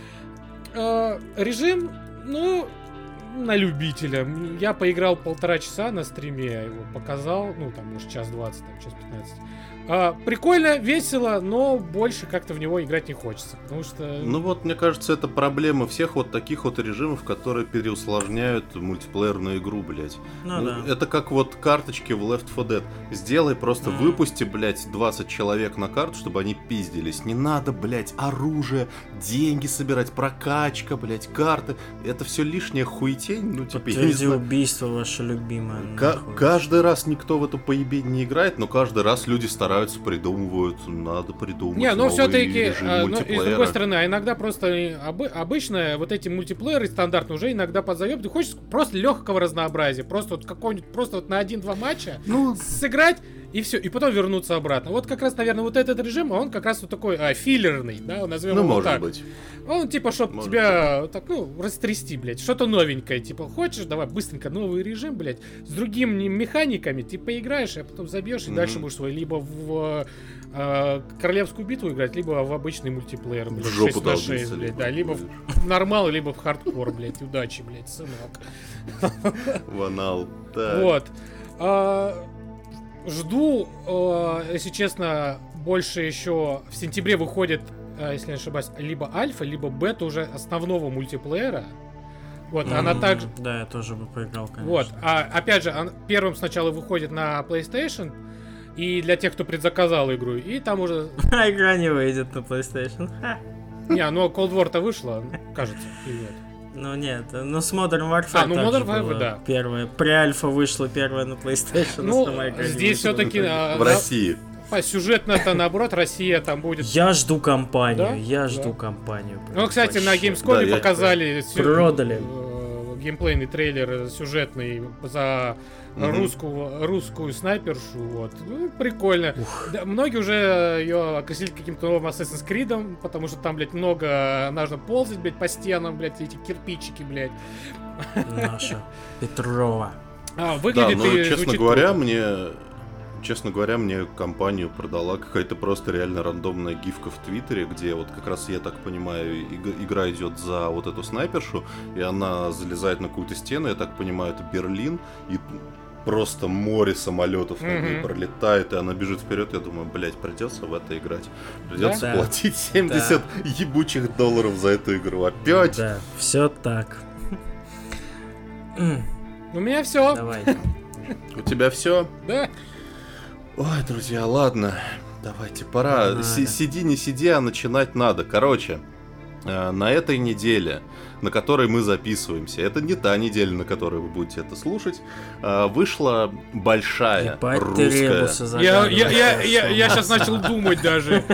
Uh, режим, ну, на любителя. Я поиграл полтора часа на стриме, я его показал, ну, там, может, час двадцать, там, час пятнадцать. А, прикольно, весело, но больше как-то в него играть не хочется, потому что... Ну вот, мне кажется, это проблема всех вот таких вот режимов, которые переусложняют мультиплеерную игру, блядь. Ну, ну, да. Это как вот карточки в Left фор Dead. Сделай, просто mm. выпусти, блядь, двадцать человек на карту, чтобы они пиздились. Не надо, блядь, оружие, деньги собирать, прокачка, блядь, карты. Это все лишняя хуетень, ну, типа, я не знаю. Убийство ваше любимое. К- каждый раз никто в эту поебень не играет, но каждый раз люди стараются стараются, придумывают, надо придумать Не, но новый все-таки, режим а, но, и с мультиплеера. другой стороны, а иногда просто обы- обычно вот эти мультиплееры стандартные уже иногда подзаеб. Ты хочешь просто легкого разнообразия, просто вот какой-нибудь, просто вот на один-два матча Ну, сыграть и все, и потом вернуться обратно. Вот как раз, наверное, вот этот режим, он как раз вот такой а, филлерный, да, назовем ну его может так. быть. Он типа, чтоб Может тебя так, ну, растрясти, блядь, что-то новенькое, типа, хочешь, давай быстренько новый режим, блядь, с другими механиками, ты поиграешь, а потом забьешь и Мгм. дальше будешь свой либо в э, королевскую битву играть, либо в обычный мультиплеер, блядь, В жопу шесть на шесть, долбиться, блядь, либо да, либо будешь. в нормал, либо в хардкор, блядь, удачи, блядь, сынок. В анал. Так. Вот. А, жду, э, если честно, больше еще в сентябре выходит, э, если не ошибаюсь, либо альфа, либо бета уже основного мультиплеера. Вот, она М, также. Да, я тоже бы поиграл, конечно. Вот, а опять же, он первым сначала выходит на PlayStation, и для тех, кто предзаказал игру, и там уже. А игра не выйдет на PlayStation. Ха. Не, ну Cold War-то вышла, кажется, или нет. Ну нет, ну с Modern Warfare А, ну, также Modern Warfare, было. да. Первая, при-альфа вышла первая на PlayStation. Ну, сама игра не здесь вышла все-таки на В России. сюжетно-то наоборот, Россия там будет. Я жду компанию, Да? я Да. жду компанию. Ну, кстати, на Вообще. Gamescom Да, я показали сю- Продали. э, геймплейный трейлер сюжетный за Мгм. русскую, русскую снайпершу. Вот. Ну, прикольно. Да, многие уже ее окрестили каким-то новым Assassin's Creed, потому что там, блядь, много нужно ползать, блядь, по стенам, блядь, эти кирпичики, блядь. Наша Петрова. А, Да, выглядит но, и честно звучит говоря, круто. мне... Честно говоря, мне компанию продала какая-то просто реально рандомная гифка в Твиттере, где вот как раз, я так понимаю, иг- игра идет за вот эту снайпершу, и она залезает на какую-то стену, я так понимаю, это Берлин, и просто море самолетов над ней Мгм. пролетает, и она бежит вперед, я думаю, блять, придется в это играть. Придется Да? платить семьдесят ебучих долларов за эту игру. Опять? Да, все так. М, У меня все. Давай. У тебя все? Да. Ой, друзья, ладно, давайте, пора. Надо. Си- Сиди, не сиди, а начинать надо. Короче, э, на этой неделе, на которой мы записываемся, это не та неделя, на которой вы будете это слушать, э, вышла большая Ебать ты русская... ребусы Я, я, я, я, загадываешь. я сейчас начал думать даже.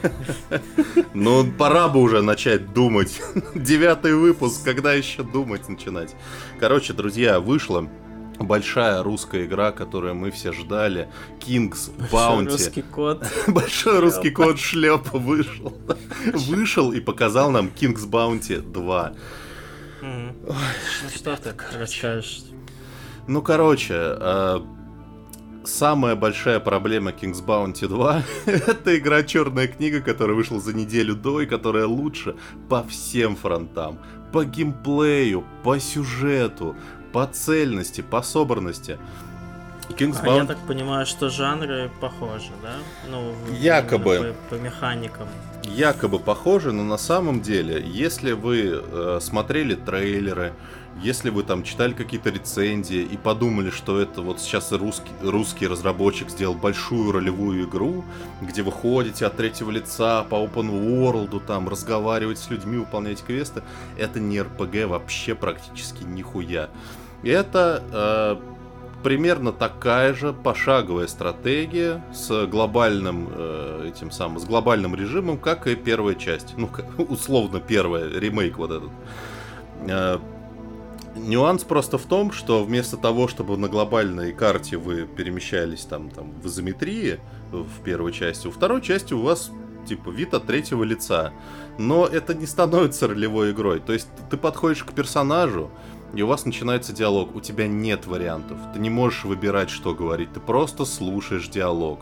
Ну, пора бы уже начать думать. Девятый выпуск, когда еще думать начинать? Короче, друзья, вышла большая русская игра, которую мы все ждали. King's Bounty. Русский кот. Большой русский кот шлепа вышел. Вышел и показал нам King's Bounty два. М. Ну что ты расскажешь? Ну, короче, э, самая большая проблема King's Bounty два это игра «Черная книга», которая вышла за неделю до и которая лучше по всем фронтам. По геймплею, по сюжету, по цельности, по собранности. И King's А я Bounty... так понимаю, что жанры похожи, да? Ну, в- Якобы. именно По, по механикам. якобы похожи, но на самом деле, если вы э, смотрели трейлеры, если вы там читали какие-то рецензии и подумали, что это вот сейчас русский, русский разработчик сделал большую ролевую игру, где вы ходите от третьего лица по open world, там разговариваете с людьми, выполняете квесты, это не эр пи джи вообще практически нихуя. Это э, примерно такая же пошаговая стратегия с глобальным э, этим самым, с глобальным режимом, как и первая часть. Ну, условно первая, ремейк вот этот. Э, нюанс просто в том, что вместо того, чтобы на глобальной карте вы перемещались там, там в изометрии в первой части, у второй части у вас типа вид от третьего лица. Но это не становится ролевой игрой. То есть ты подходишь к персонажу, и у вас начинается диалог. У тебя нет вариантов. Ты не можешь выбирать, что говорить. Ты просто слушаешь диалог.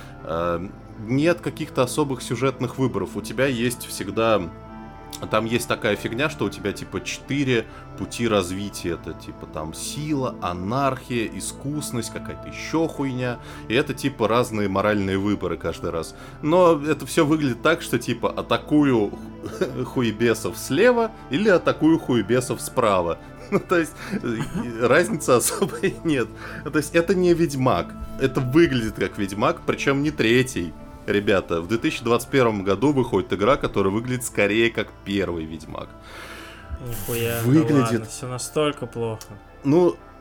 Нет каких-то особых сюжетных выборов. У тебя есть всегда... Там есть такая фигня, что у тебя типа четыре пути развития. Это типа там сила, анархия, искусность, какая-то еще хуйня. И это типа разные моральные выборы каждый раз. Но это все выглядит так, что типа атакую хуебесов слева или атакую хуебесов справа. Ну, то есть, разницы особой нет. То есть, это не Ведьмак. Это выглядит как Ведьмак, причем не третий. Ребята, в две тысячи двадцать первом году выходит игра, которая выглядит скорее как первый Ведьмак. Нихуя, Выглядит- да ладно, все настолько плохо. Ну,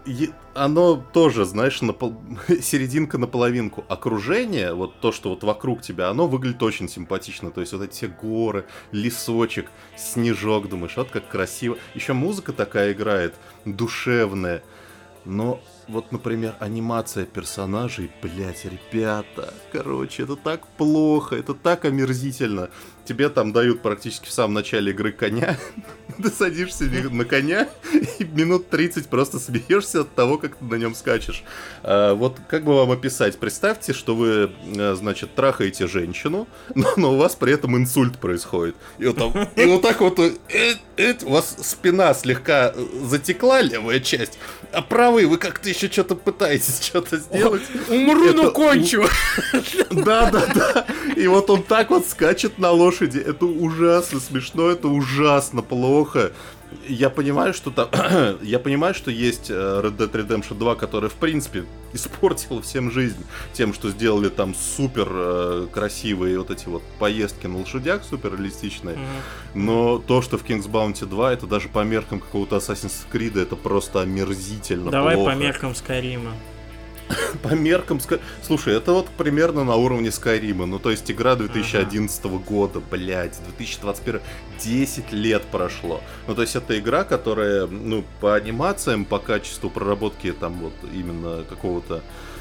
оно тоже, знаешь, напол... серединка на половинку. Окружение, вот то, что вот вокруг тебя, оно выглядит очень симпатично. То есть вот эти все горы, лесочек, снежок, думаешь, вот как красиво. Еще музыка такая играет, душевная. Но вот, например, анимация персонажей, блять, ребята, короче, это так плохо, это так омерзительно. Тебе там дают практически в самом начале игры коня, ты садишься на коня и минут тридцать просто смеешься от того, как ты на нем скачешь. А, вот как бы вам описать? Представьте, что вы, значит, трахаете женщину, но, но у вас при этом инсульт происходит. И вот, там, и вот так вот э, э, у вас спина слегка затекла, левая часть, а правый вы как-то еще что-то пытаетесь что-то сделать. Умру, но кончу. Да, да, да. И вот он так вот скачет на лошади. Это ужасно смешно, это ужасно плохо. Я понимаю, что там, я понимаю, что есть Red Dead Redemption два, которая, в принципе, испортила всем жизнь тем, что сделали там супер э, красивые вот эти вот поездки на лошадях, супер реалистичные. Mm-hmm. Но то, что в King's Bounty два, это даже по меркам какого-то Assassin's Creed, это просто омерзительно. Давай плохо. По меркам Skyrim'а. По меркам... Слушай, это вот примерно на уровне Скайрима. Ну, то есть игра две тысячи одиннадцатого ага. года, блядь, две тысячи двадцать первый. десять лет прошло. Ну, то есть это игра, которая, ну, по анимациям, по качеству проработки там вот именно какого-то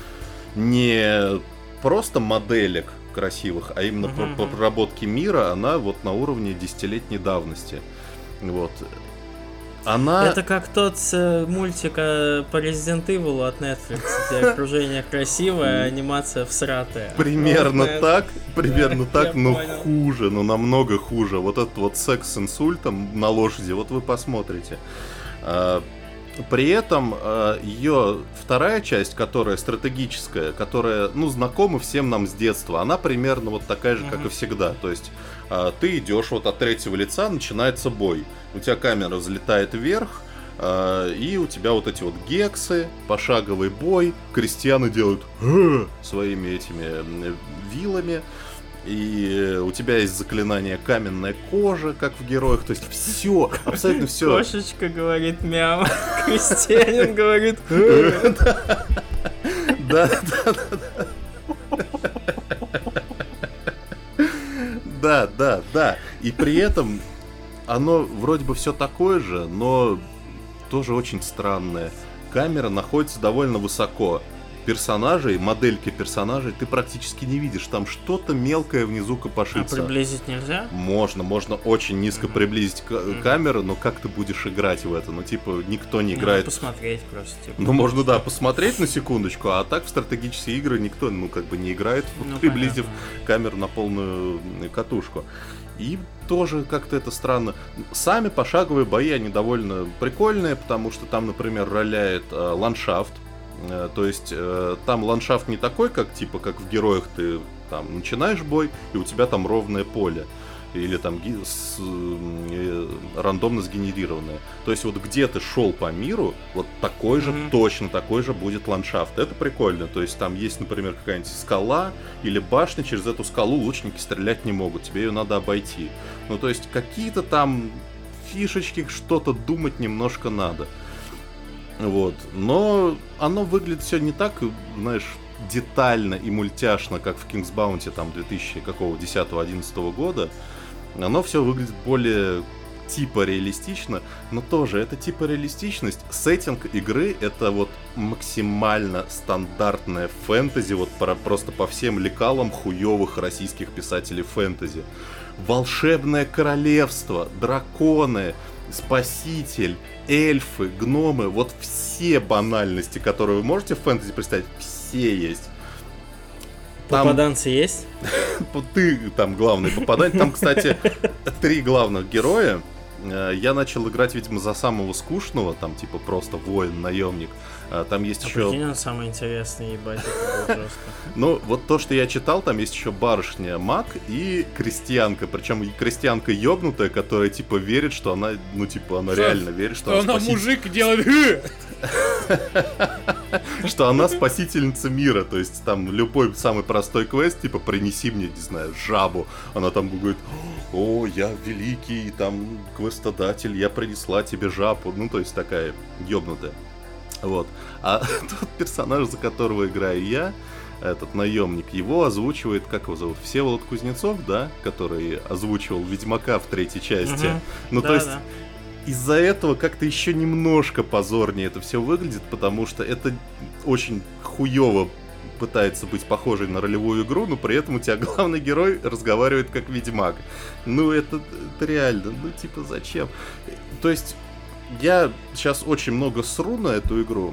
не просто моделек красивых, а именно ага. по, по проработке мира, она вот на уровне десятилетней давности. Вот. Она... Это как тот э, мультик э, по Resident Evil от Netflix, где окружение красивое, а анимация всратая. Примерно так, примерно так, но хуже, но намного хуже. Вот этот вот секс с инсультом на лошади, вот вы посмотрите. При этом ее вторая часть, которая стратегическая, которая, ну, знакома всем нам с детства, она примерно вот такая же, как и всегда. То есть ты идешь вот от третьего лица, начинается бой. У тебя камера взлетает вверх, и у тебя вот эти вот гексы, пошаговый бой, крестьяне делают своими этими вилами. И у тебя есть заклинание каменная кожа, как в героях, то есть все, абсолютно все. Кошечка говорит мяу, крестьянин говорит. Да, да, да, да, да, да. И при этом оно вроде бы все такое же, но тоже очень странное. Камера находится довольно высоко. Персонажей, модельки персонажей ты практически не видишь. Там что-то мелкое внизу копошится. А приблизить нельзя? Можно, можно очень низко mm-hmm. приблизить к- mm-hmm. камеру, но как ты будешь играть в это? Ну, типа, никто не играет. Ну, посмотреть просто. Типа. Ну, можно, да, посмотреть на секундочку, а так в стратегические игры никто, ну, как бы не играет, ну, приблизив понятно. Камеру на полную катушку. И тоже как-то это странно. Сами пошаговые бои, они довольно прикольные, потому что там, например, роляет э, ландшафт. То есть э, там ландшафт не такой, как типа как в героях ты там начинаешь бой, и у тебя там ровное поле. Или там ги- с, э, рандомно сгенерированное. То есть вот где ты шел по миру, вот такой же, mm-hmm. точно такой же будет ландшафт. Это прикольно. То есть там есть, например, какая-нибудь скала или башня, через эту скалу лучники стрелять не могут, тебе ее надо обойти. Ну то есть какие-то там фишечки, что-то думать немножко надо. Вот, но оно выглядит все не так, знаешь, детально и мультяшно, как в King's Bounty там две тысячи десятого-одиннадцатого года. Оно все выглядит более типа реалистично, но тоже это типа реалистичность. Сеттинг игры это вот максимально стандартная фэнтези, вот про, просто по всем лекалам хуёвых российских писателей фэнтези. Волшебное королевство, драконы, спаситель, эльфы, гномы, вот все банальности, которые вы можете в фэнтези представить, все есть. Там... Попаданцы есть? Ты там главный попаданец. Там, кстати, три главных героя. Я начал играть, видимо, за самого скучного, там, типа, просто воин, наемник. Там есть а еще... Прикинь, он самый интересный, ебать, это было жестко. Ну, вот то, что я читал, там есть еще барышня-маг и крестьянка. Причем крестьянка ёбнутая, которая, типа, верит, что она, ну, типа, она реально верит, что, что она она спаситель... мужик делает... Что она спасительница мира. То есть там любой самый простой квест, типа принеси мне, не знаю, жабу. Она там говорит: о, я великий там квестодатель, я принесла тебе жабу. Ну, то есть такая ёбнутая. Вот. А тот персонаж, за которого играю я, этот наемник, его озвучивает, как его зовут, Всеволод Кузнецов, да, который озвучивал Ведьмака в третьей части. Угу. Ну, да, то есть, да. Из-за этого как-то еще немножко позорнее это все выглядит, потому что это очень хуево пытается быть похожей на ролевую игру, но при этом у тебя главный герой разговаривает как Ведьмак. Ну, это, это реально, ну, типа, зачем? То есть, я сейчас очень много сру на эту игру,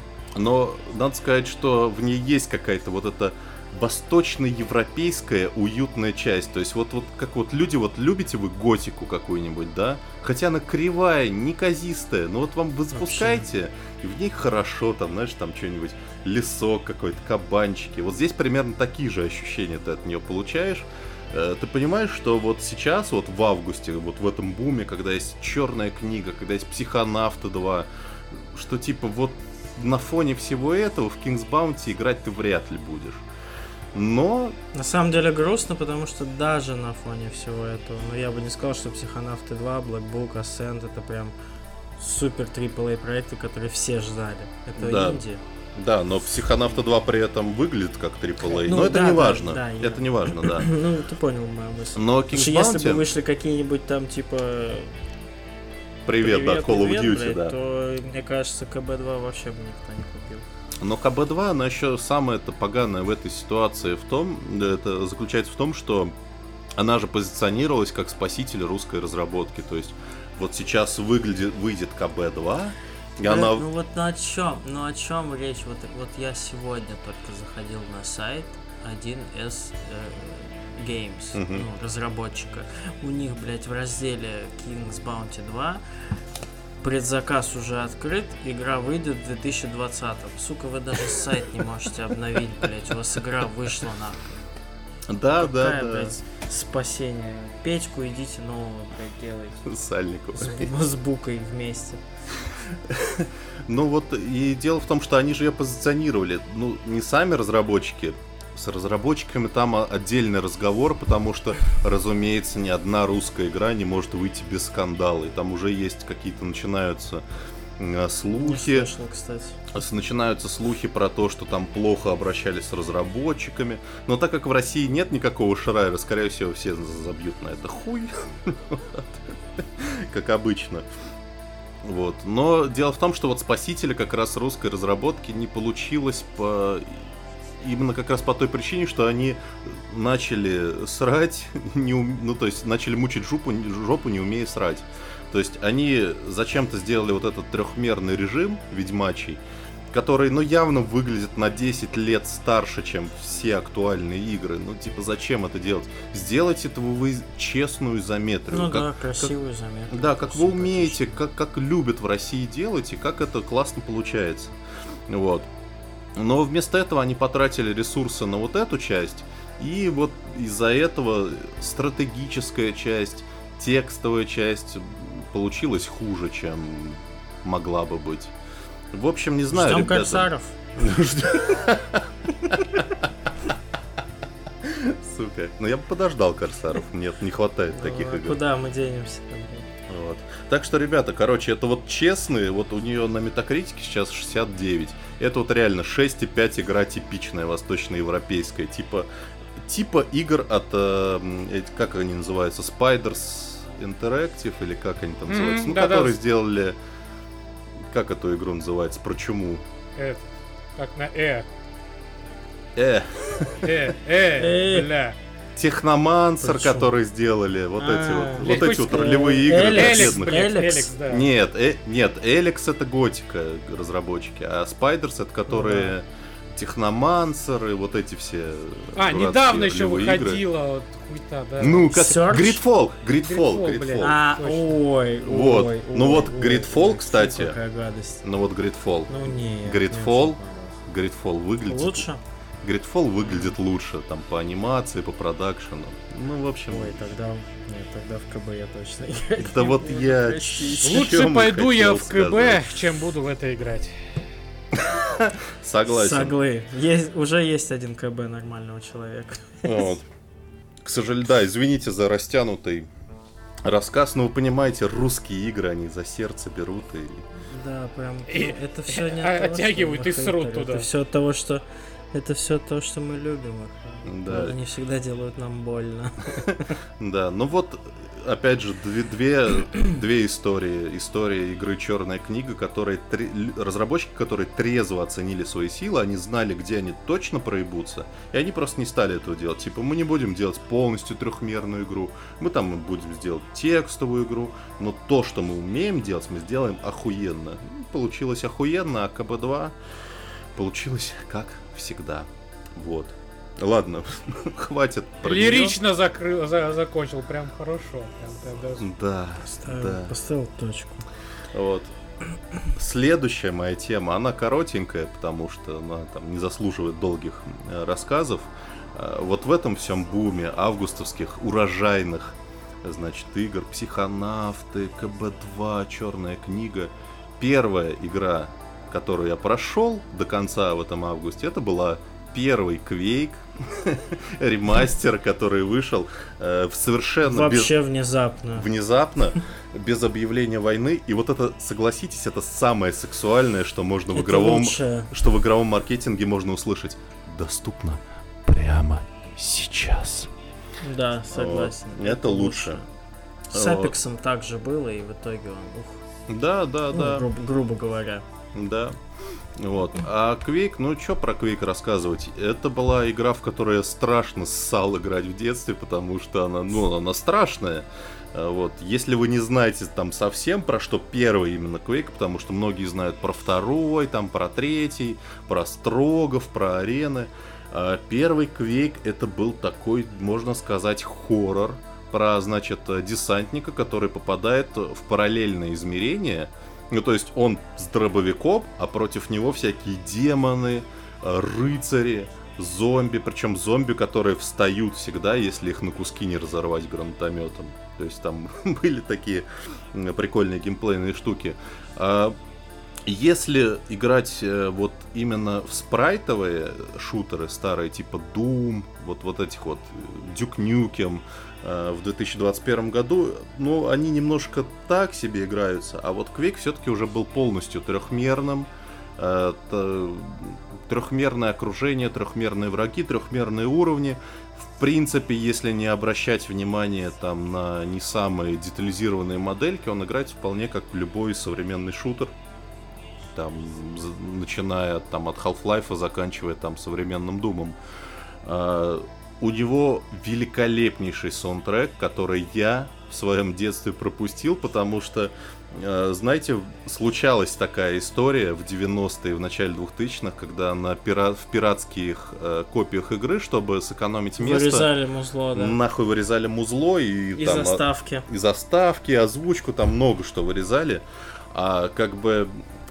но надо сказать, что в ней есть какая-то вот эта восточно-европейская уютная часть. То есть вот, вот как вот люди, вот любите вы готику какую-нибудь, да? Хотя она кривая, неказистая, но вот вам вы запускаете, и в ней хорошо, там, знаешь, там что-нибудь, лесок какой-то, кабанчики. Вот здесь примерно такие же ощущения ты от нее получаешь. Ты понимаешь, что вот сейчас, вот в августе, вот в этом буме, когда есть черная книга, когда есть Психонавты два, что типа вот на фоне всего этого в King's Bounty играть ты вряд ли будешь. Но... На самом деле грустно, потому что даже на фоне всего этого, но я бы не сказал, что Психонавты два, Black Book, Ascent это прям супер трипл эй проекты, которые все ждали. Это да. инди. Да, но Психонавты два при этом выглядит как трипл эй, ну, но это да, не важно. Да, да, это я... не важно, да. Ну, ты понял мою мысль. Но King's Bounty... Если бы вышли какие-нибудь там, типа... Привет, привет, да, Call привет, of Duty, блядь, да. То, мне кажется, ка бэ два вообще бы никто не купил. Но ка бэ два, она еще самое-то поганое в этой ситуации в том, это заключается в том, что она же позиционировалась как спаситель русской разработки. То есть вот сейчас выглядит, выйдет ка бэ два, и Блин, она... Ну вот ну о чем? Ну о чем речь? Вот, вот я сегодня только заходил на сайт один эс э, Games, uh-huh. ну, разработчика. У них, блядь, в разделе King's Bounty два предзаказ уже открыт, игра выйдет в две тысячи двадцатом. Сука, вы даже сайт не можете обновить, блядь, у вас игра вышла нахуй. Да, Какая, да, да. блядь, спасение. Печку идите нового, блядь, делайте. Сальникову. С, с Букой вместе. Ну вот, и дело в том, что они же ее позиционировали, ну, не сами разработчики. С разработчиками там отдельный разговор, потому что, разумеется, ни одна русская игра не может выйти без скандала. И там уже есть какие-то начинаются э, слухи. Не слышал, кстати. Начинаются слухи про то, что там плохо обращались с разработчиками. Но так как в России нет никакого Шрайера, скорее всего, все забьют на это хуй. Как обычно. Вот. Но дело в том, что вот Спасителя как раз русской разработки не получилось по... Именно как раз по той причине, что они начали срать, не ум... ну то есть начали мучить жопу, жопу, не умея срать. То есть они зачем-то сделали вот этот трехмерный режим ведьмачий, который, ну, явно выглядит на десять лет старше, чем все актуальные игры. Ну, типа, зачем это делать? Сделайте этого вы честную изометрию. Ну как, да, красивую как, изометрию. Да, как вы умеете, как, как любят в России делать, и как это классно получается. Вот. Но вместо этого они потратили ресурсы на вот эту часть, и вот из-за этого стратегическая часть, текстовая часть получилась хуже, чем могла бы быть. В общем, не знаю, Ждем ребята. Корсаров. Сука. Ну я бы подождал Корсаров, нет, не хватает таких игр. Куда мы денемся? Вот. Так что, ребята, короче, это вот честные, вот у нее на метакритике сейчас шестьдесят девять. Это вот реально шесть и пять игра типичная, восточноевропейская. Типа, типа игр от, э, как они называются, Spiders Interactive, или как они там называются, mm-hmm, ну, да, которые да. сделали, как эту игру называется, про чуму. Это, как на Э. Э. Э, э, бля. Техномансер, который сделали, вот эти вот, вот эти вот ролевые игры для бедных. Эликс, да. Нет, э, нет, Эликс это готика разработчики, а Спайдерс это которые техномансеры, вот эти все. А, недавно еще выходила вот хуйта, да. Ну, как Gridfall, Gridfall, Gridfall. А, ой, вот. ой, ну вот ой, Gridfall, ой, кстати. Какая гадость. Ну вот Gridfall. Ну нет. Gridfall, Gridfall выглядит лучше. Gridfall выглядит лучше, там, по анимации, по продакшену. Ну, в общем... Ой, тогда... Нет, тогда в КБ я точно играть Да вот буду, я... Лучше пойду я в КБ, чем буду в это играть. Согласен. Соглы. Есть, уже есть один КБ нормального человека. Вот. К сожалению, да, извините за растянутый рассказ, ну вы понимаете, русские игры, они за сердце берут и... Да, прям, И- это все не от того, оттягивают что и мы срут хейтеры, туда. Это все от того, что это все то, что мы любим. их. Да. Они всегда делают нам больно. Да, ну вот, опять же, две, две, две истории. История игры «Черная книга», которые тре- разработчики, которые трезво оценили свои силы, они знали, где они точно проебутся, и они просто не стали этого делать. Типа, мы не будем делать полностью трехмерную игру, мы там будем сделать текстовую игру, но то, что мы умеем делать, мы сделаем охуенно. Получилось охуенно, а ка бэ два получилось как всегда. Вот. Ладно, хватит про неё. Лирично закрыл, за- закончил, прям хорошо. Прям, прям даже- Да, Поставил, да. поставил точку. Вот. Следующая моя тема, она коротенькая, потому что она там не заслуживает долгих э, рассказов. Э, вот в этом всем буме августовских урожайных, значит, игр, психонавты, ка бэ два, Черная книга. Первая игра, которую я прошел до конца в этом августе, это была первый Quake, ремастер, который вышел э, в совершенно без- Вообще внезапно. внезапно, без объявления войны. И вот это, согласитесь, это самое сексуальное, что можно в Это игровом, лучшее. что в игровом маркетинге можно услышать. Доступно прямо сейчас. Да, согласен. Вот. Это лучше. С Вот. Апексом также было, и в итоге он, ух, Да, да, ну, да. грубо, грубо говоря. Да. Вот. А Quake, ну что про Quake рассказывать? Это была игра, в которую я страшно ссал играть в детстве, потому что она, ну, она страшная. А Вот. Если вы не знаете там совсем про что первый именно Quake, потому что многие знают про второй, там про третий, про Строгов, про арены. А Первый Quake это был такой, можно сказать, хоррор про, значит, десантника, который попадает в параллельное измерение. Ну, то есть он с дробовиком, а против него всякие демоны, э, рыцари, зомби. Причем зомби, которые встают всегда, если их на куски не разорвать гранатометом. То есть там были такие м, прикольные геймплейные штуки. А Если играть э, вот именно в спрайтовые шутеры старые, типа Doom, вот, вот этих вот Duke Nukem, в две тысячи двадцать первом году, ну, они немножко так себе играются, а вот Quake все-таки уже был полностью трехмерным. Трехмерное окружение, трехмерные враги, трехмерные уровни. В принципе, если не обращать внимание там на не самые детализированные модельки, он играется вполне как любой современный шутер. Там, начиная там, от Half-Life, заканчивая там современным Думом. У него великолепнейший саундтрек, который я в своем детстве пропустил, потому что, знаете, случалась такая история в девяностые, в начале двухтысячных, когда на пира- в пиратских э, копиях игры, чтобы сэкономить место, Вырезали музло, да. нахуй вырезали музло и, И там, заставки. и заставки, озвучку, там много что вырезали. А как бы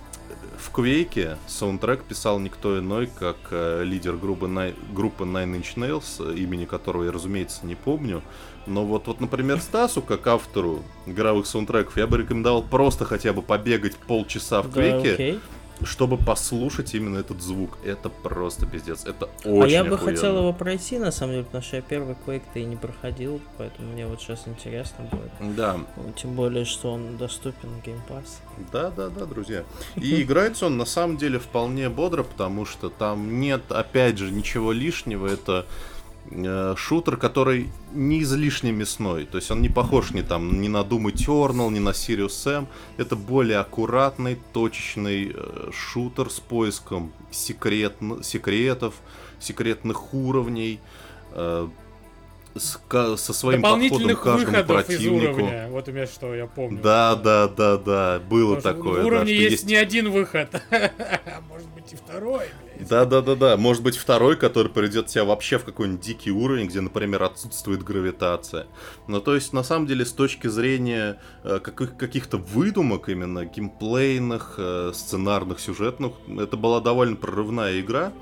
в Quake саундтрек писал никто иной, как э, лидер группы, Ni- группы Nine Inch Nails, имени которого я, разумеется, не помню. Но вот, вот, например, Стасу, как автору игровых саундтреков, я бы рекомендовал просто хотя бы побегать полчаса в Да, Quake, окей. чтобы послушать именно этот звук. Это просто пиздец. Это очень А я бы охуенно. хотел его пройти, на самом деле, потому что я первый Quake-то и не проходил, поэтому мне вот сейчас интересно будет. Да, Ну, тем более, что он доступен в Game Pass. да, да, да, друзья. И играется он на самом деле вполне бодро, потому что там нет, опять же, ничего лишнего. Это э, шутер, который не излишне мясной. То есть он не похож ни, там, ни на Doom Eternal, ни на Serious Sam. Это более аккуратный, точечный э, шутер с поиском секретн- секретов, секретных уровней, э, с, ка- со своим подходом к Дополнительных каждому выходов из противнику. уровня. Вот у меня что, я помню. Да, да, да, да, было Потому что такое. В уровне да, что есть не один выход. А может быть и второй, блядь. Да, да, да, да. Может быть второй, который приведет тебя вообще в какой-нибудь дикий уровень, где, например, отсутствует гравитация. Ну, то есть, на самом деле, с точки зрения э, каких- каких-то выдумок, именно геймплейных, э, сценарных, сюжетных, это была довольно прорывная игра.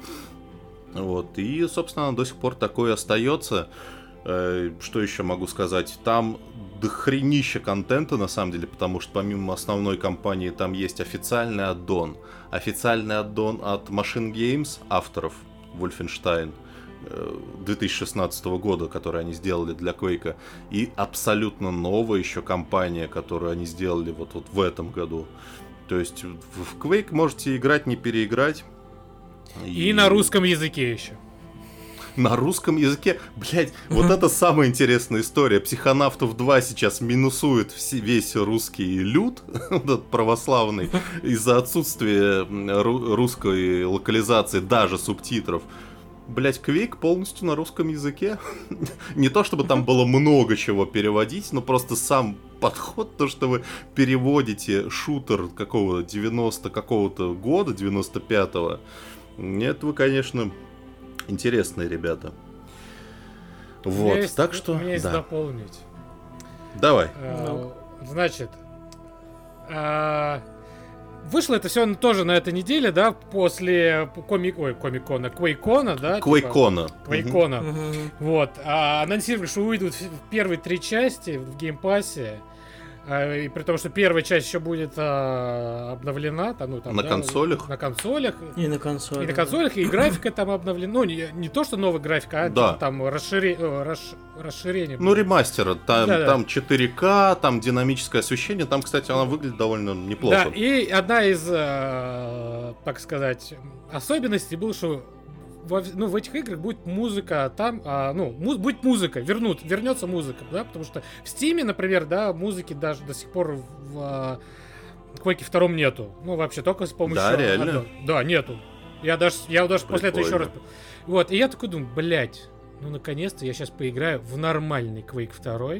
Вот. И, собственно, она до сих пор такой остается. Э, Что еще могу сказать? Там дохренища контента, на самом деле, потому что помимо основной кампании там есть официальный аддон. Официальный аддон от Machine Games, авторов Wolfenstein. две тысячи шестнадцатого года, который они сделали для Quake, и абсолютно новая еще кампания, которую они сделали вот, вот в этом году. То есть в Quake можете играть, не переиграть. И, и на русском языке еще. На русском языке, блять, вот это самая интересная история. Психонавтов два сейчас минусует весь русский люд, этот православный, из-за отсутствия русской локализации, даже субтитров. Блять, Quake полностью на русском языке. Не то чтобы там было много чего переводить, но просто сам подход, то, что вы переводите шутер какого-то девяностого какого-то года, девяносто пятого, это вы, конечно, интересные ребята. Вот, есть, так что... У меня есть да. дополнить. Давай. А, значит, а, вышло это все тоже на этой неделе, да, после комик... Ой, комик-кона, Quake-кона, да? Quake-кона. Типа, Quake-кона. Угу. Вот. А анонсировали, что выйдут первые три части в геймпассе. И при том, что первая часть еще будет а, обновлена. Там, ну, там, на да, консолях? На консолях. И на консолях. И на консолях, и графика там обновлена. Ну, не, не то, что новая графика, а да. там расшире... расш... расширение. Ну, ремастер. Там, да, там да. четыре ка, там динамическое освещение. Там, кстати, она выглядит довольно неплохо. Да, и одна из, э, так сказать, особенностей была, что во, ну, в этих играх будет музыка, там, а, ну, му, будет музыка, вернут, вернется музыка, да, потому что в Steam, например, да, музыки даже до сих пор в а, Quake два нету. Ну, вообще, только с помощью... Да, реально? Одной. Да, нету. Я даже, я даже после этого еще раз... Вот, и я такой думаю, блять, ну, наконец-то я сейчас поиграю в нормальный Quake два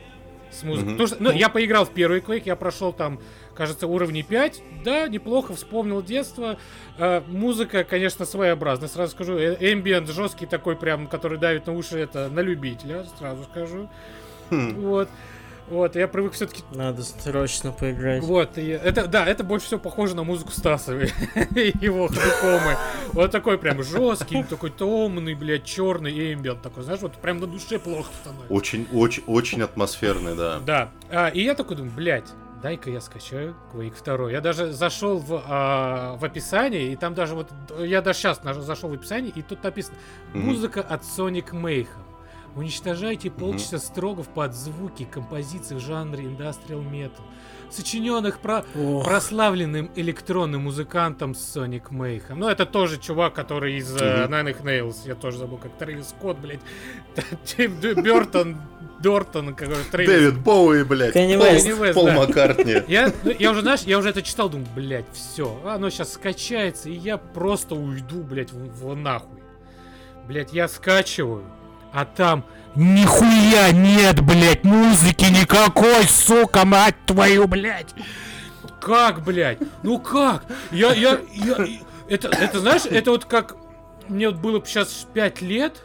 с музыкой. Mm-hmm. Потому что, ну, я поиграл в первый Quake, я прошел там, кажется, уровней пять. Да, неплохо, вспомнил детство. Э, музыка, конечно, своеобразная, сразу скажу. Эмбиент жесткий такой прям, который давит на уши, это на любителя, сразу скажу. Mm. Вот. Вот, я привык все-таки... Надо срочно поиграть. Вот, и это, да, это больше всего похоже на музыку Стаса его ходокомы. Вот такой прям жесткий, такой томный, блядь, черный эмбиент такой, знаешь, вот прям на душе плохо становится. Очень, очень, очень атмосферный, да. Да, а, и я такой думаю, блядь, дай-ка я скачаю Quake два. Я даже зашел в, а, в описание, и там даже вот, я даже сейчас зашел в описание, и тут написано «Музыка mm-hmm. от Sonic Mayhem». Уничтожайте полчаса mm-hmm. строгов под звуки композиций в жанре Industrial Metal, сочиненных про... oh. прославленным электронным музыкантом Sonic Mayhem. Ну, это тоже чувак, который из mm-hmm. uh, Nine Inch Nails, я тоже забыл, как Трэвис Скотт, блядь, Тим Бёртон, Дортон, какой-то Трэвис. Дэвид Боуи, блядь, Кенни Пол, Вест, Пол да. Маккартни. Я, я уже, знаешь, я уже это читал, думаю, блядь, все, оно сейчас скачается, и я просто уйду, блядь, в, в нахуй. Блядь, я скачиваю. А там нихуя нет, блядь, музыки никакой, сука, мать твою, блядь. Как, блядь? Ну как? Я, я, я, это, это, знаешь, это вот как... Мне вот было сейчас пять лет,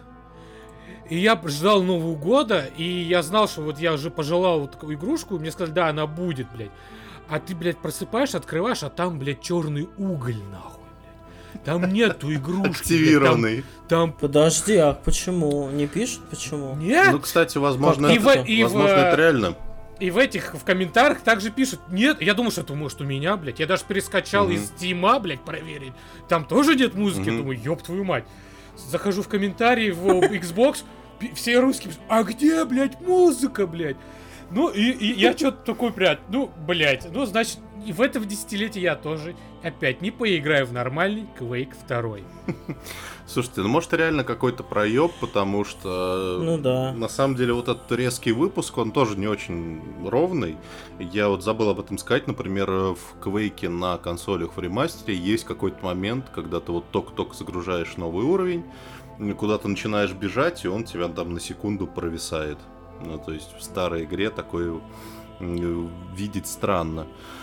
и я ждал Нового года, и я знал, что вот я уже пожелал вот такую игрушку, и мне сказали, да, она будет, блядь. А ты, блядь, просыпаешь, открываешь, а там, блядь, черный уголь, нахуй. Там нету игрушки. Активированный. Там, там... Подожди, а почему? Не пишут, почему? Нет. Ну, кстати, возможно, и это, в, и возможно, в, это реально. И в этих, в комментариях также пишут, нет, я думаю, что это может у меня, блядь. Я даже перескачал mm-hmm. из Стима, блядь, проверить. Там тоже нет музыки. Mm-hmm. Думаю, ёб твою мать. Захожу в комментарии в Xbox, все русские пишут, а где, блядь, музыка, блядь? Ну, и, и я что-то такой, блядь, ну, блядь, ну, значит, и в этом десятилетии я тоже опять не поиграю в нормальный Quake два. Слушайте, ну может реально какой-то проеб, потому что ну, да. на самом деле вот этот резкий выпуск, он тоже не очень ровный. Я вот забыл об этом сказать, например, в Quake на консолях в ремастере есть какой-то момент, когда ты вот только-только загружаешь новый уровень, куда-то начинаешь бежать, и он тебя там на секунду провисает. Ну, то есть в старой игре такое видеть странно.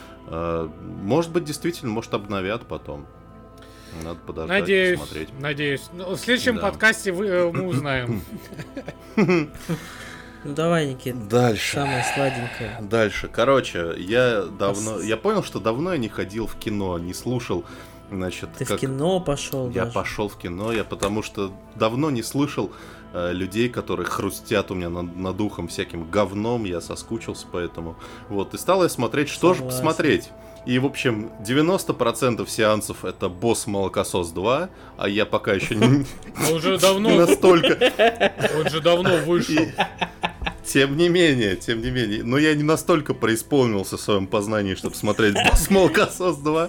Может быть, действительно, может, обновят потом. Надо подождать, надеюсь, посмотреть. Надеюсь. Ну, в следующем да. подкасте вы, мы узнаем. Ну давай, Никит. Дальше. Самое сладенькое. Дальше. Короче, я давно... Я понял, что давно я не ходил в кино, не слушал Значит, Ты как... в кино пошел? Я даже. пошел в кино, я потому что давно не слышал э, людей, которые хрустят у меня над, над ухом всяким говном, я соскучился поэтому. Вот, и стал я смотреть, что Согласен. же посмотреть. И, в общем, девяносто процентов сеансов это «Босс Молокосос два», а я пока еще не уже давно настолько... Он же давно вышел. Тем не менее, тем не менее. Но я не настолько преисполнился в своем познании, чтобы смотреть «Босс Молокосос два».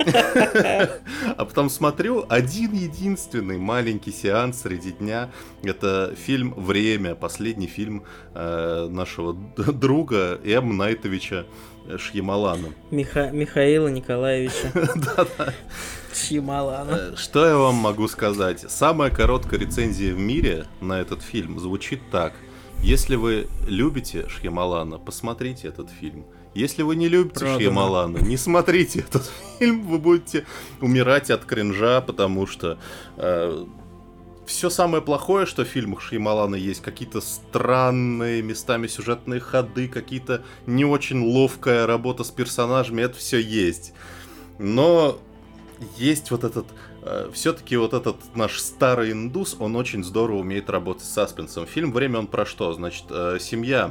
А потом смотрю, один единственный маленький сеанс среди дня. Это фильм «Время», последний фильм э, нашего друга М. Найтовича Шьямалана. Миха... Михаила Николаевича Да-да. Шьямалана. Что я вам могу сказать? Самая короткая рецензия в мире на этот фильм звучит так. Если вы любите Шьямалана, посмотрите этот фильм. Если вы не любите Продано. Шьямалана, не смотрите этот фильм, вы будете умирать от кринжа, потому что э, все самое плохое, что в фильмах Шьямалана есть, какие-то странные местами сюжетные ходы, какие-то не очень ловкая работа с персонажами, это все есть. Но есть вот этот... Все-таки вот этот наш старый индус, он очень здорово умеет работать с саспенсом. Фильм «Время» он про что? Значит, семья,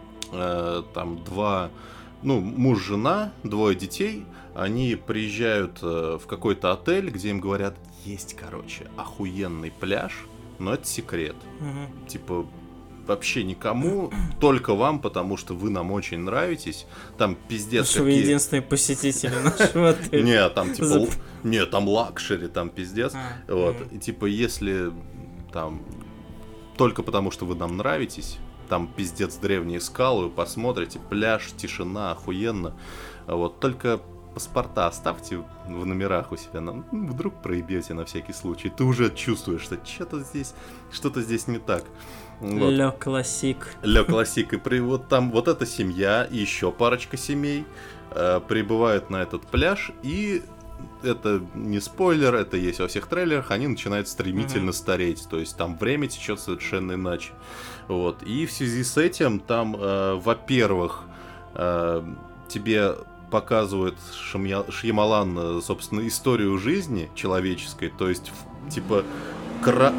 там два, ну, муж, жена, двое детей, они приезжают в какой-то отель, где им говорят, есть, короче, охуенный пляж, но это секрет. Угу. Типа, вообще никому, только вам, потому что вы нам очень нравитесь. Там пиздец Что вы какие... единственные посетители нашего отеля. Не, там типа... л- Не, там лакшери, там пиздец. А, Вот. мгм. И типа, если там... Только потому, что вы нам нравитесь, там пиздец древние скалы, вы посмотрите, пляж, тишина, охуенно. Вот. Только паспорта оставьте в номерах у себя, ну, вдруг проебете на всякий случай. Ты уже чувствуешь, что что-то здесь, что-то здесь не так. Вот. Ле Классик. Ле Классик. И при, вот там вот эта семья и еще парочка семей э, прибывают на этот пляж, и это не спойлер, это есть во всех трейлерах, они начинают стремительно Мгм. стареть, то есть там время течет совершенно иначе. Вот. И в связи с этим там, э, во-первых, э, тебе показывают Шамья- Шьямалан, э, собственно, историю жизни человеческой, то есть, в- типа, кра...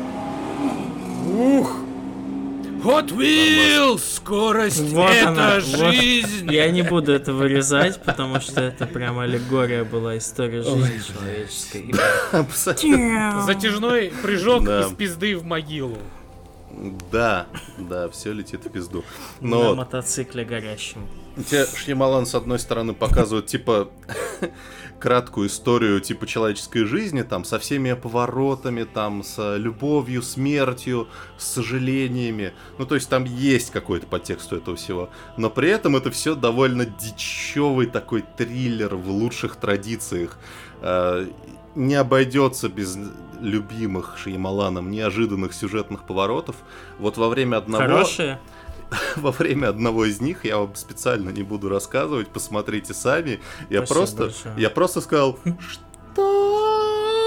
Ух! Hot Wheels! Скорость Вот это она, вот. жизнь! Я не буду это вырезать, потому что это прям аллегория была, история жизни человеческой. Абсолютно. Затяжной прыжок Да. из пизды в могилу. Да, да, все летит в пизду. На Но мотоцикле горящем. тебе Шьямалан, с одной стороны, показывает, типа, краткую историю, типа, человеческой жизни, там, со всеми поворотами, там, с любовью, смертью, с сожалениями. Ну, то есть, там есть какой-то подтекст у этого всего. Но при этом это все довольно дичевый такой триллер в лучших традициях. Э, Не обойдется без любимых Шьямаланом неожиданных сюжетных поворотов. Вот во время одного... Хорошие? Во время одного из них, я вам специально не буду рассказывать, посмотрите сами. Я Спасибо просто, большое. я просто сказал, что?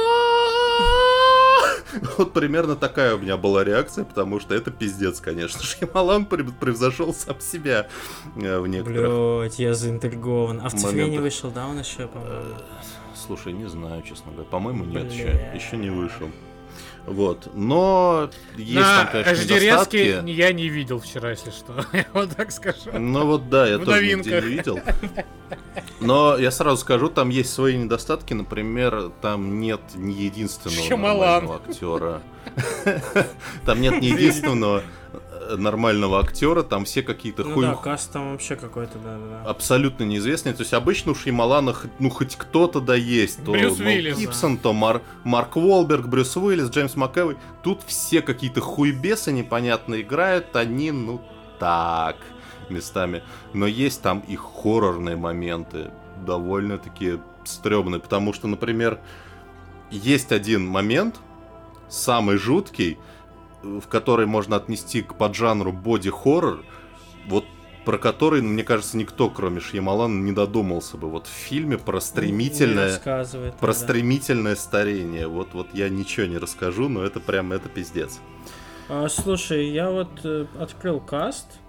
Вот примерно такая у меня была реакция, потому что это пиздец, конечно. Шьямалан превзошел сам себя э, в некоторых. Блять, я заинтригован. А в цифре не моментах. вышел, да, он еще, по-моему? Слушай, не знаю, честно говоря. По-моему, нет, еще, Бля. еще не вышел. Вот. Но есть На там, конечно, эйч ди-резке недостатки. я не видел вчера, если что. Я вот так скажу. Ну вот да, я В тоже нигде новинках. не видел. Но я сразу скажу, там есть свои недостатки. Например, там нет ни единственного Шьямалан. нормального актера. Там нет ни единственного э, нормального актера. Там все какие-то Ну хуй... да, каст там вообще какой-то, да-да-да. абсолютно неизвестные. То есть обычно у Шьямалана хоть- ну хоть кто-то да есть. То Брюс Мел Уиллис, Гибсон, то Мар- Марк Уолберг, Брюс Уиллис, Джеймс МакЭвой. Тут все какие-то хуйбесы непонятно играют. Они, ну, так, местами. Но есть там и хоррорные моменты. Довольно-таки стрёмные. Потому что, например, есть один момент, самый жуткий, в который можно отнести к поджанру боди-хоррор, вот про который, мне кажется, никто, кроме Шьямалана, не додумался бы. Вот в фильме про Не стремительное, рассказывает, про да. стремительное старение. Вот, вот я ничего не расскажу, но это прям, это пиздец. А, слушай, я вот э, открыл каст,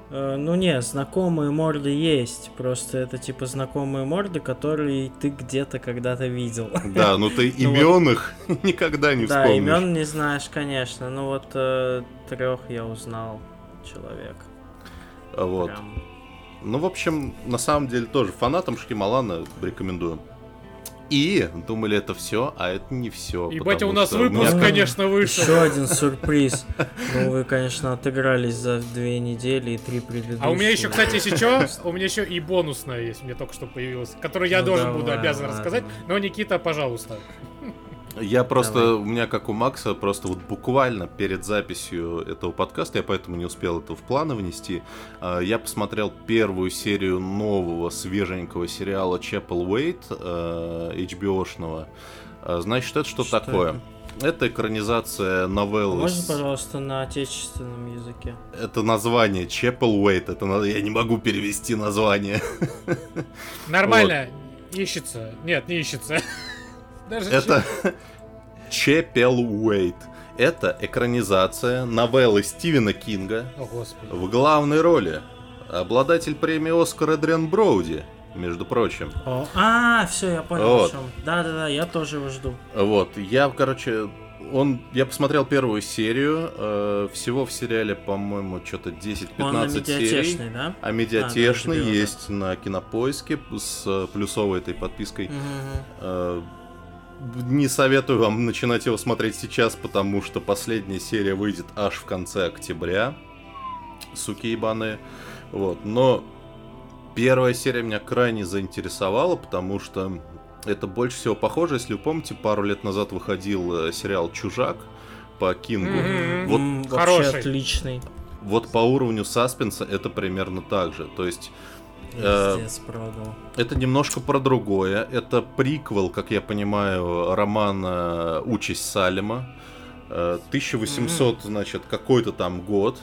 Э, ну не, знакомые морды есть. Просто это типа знакомые морды, которые ты где-то когда-то видел. Да, ну ты имен их никогда не вспомнишь. Да, имен не знаешь, конечно. Ну вот трех я узнал человек. Вот. Ну, в общем, на самом деле тоже фанатам Шьямалана рекомендую. И думали, это все, а это не все. И батя, у нас выпуск, меня... конечно, вышел. Еще один сюрприз. Ну, вы, конечно, отыгрались за две недели и три предыдущие. А у меня еще, кстати, сейчас, у меня еще и бонусная есть, мне только что появилась, которую я ну, должен давай, буду обязан ладно. рассказать. Но, Никита, пожалуйста. Я просто, Давай. у меня как у Макса, просто вот буквально перед записью этого подкаста, я поэтому не успел это в планы внести, я посмотрел первую серию нового свеженького сериала Chapel Wait, эйч би о-шного. Значит, это что, что такое? Это? это экранизация новеллы. Можно, пожалуйста, на отечественном языке? Это название Chapel Wait, это я не могу перевести название. Нормально, вот. ищется. Нет, не ищется. Даже это Chapel Wait. Это экранизация новеллы Стивена Кинга. О, Господи. В главной роли обладатель премии Оскар Эдриан Броуди, между прочим. О, а, все, я понял, вот. о чем. Да-да-да, я тоже его жду. Вот, я, короче, он, я посмотрел первую серию, э, всего в сериале, по-моему, что-то десять-пятнадцать серий. Да? А медиатешный а, да, есть да. на Кинопоиске с плюсовой этой подпиской. Угу. Э, Не советую вам начинать его смотреть сейчас, потому что последняя серия выйдет аж в конце октября. Суки ебаные. Вот. Но первая серия меня крайне заинтересовала, потому что это больше всего похоже, если вы помните, пару лет назад выходил сериал «Чужак» по Кингу. Mm-hmm. Вот, mm, хороший, отличный. Вот по уровню саспенса это примерно так же. То есть Пиздец, продал. Это немножко про другое. Это приквел, как я понимаю, романа «Участь Салема». тысяча восемьсот, mm-hmm. значит, какой-то там год.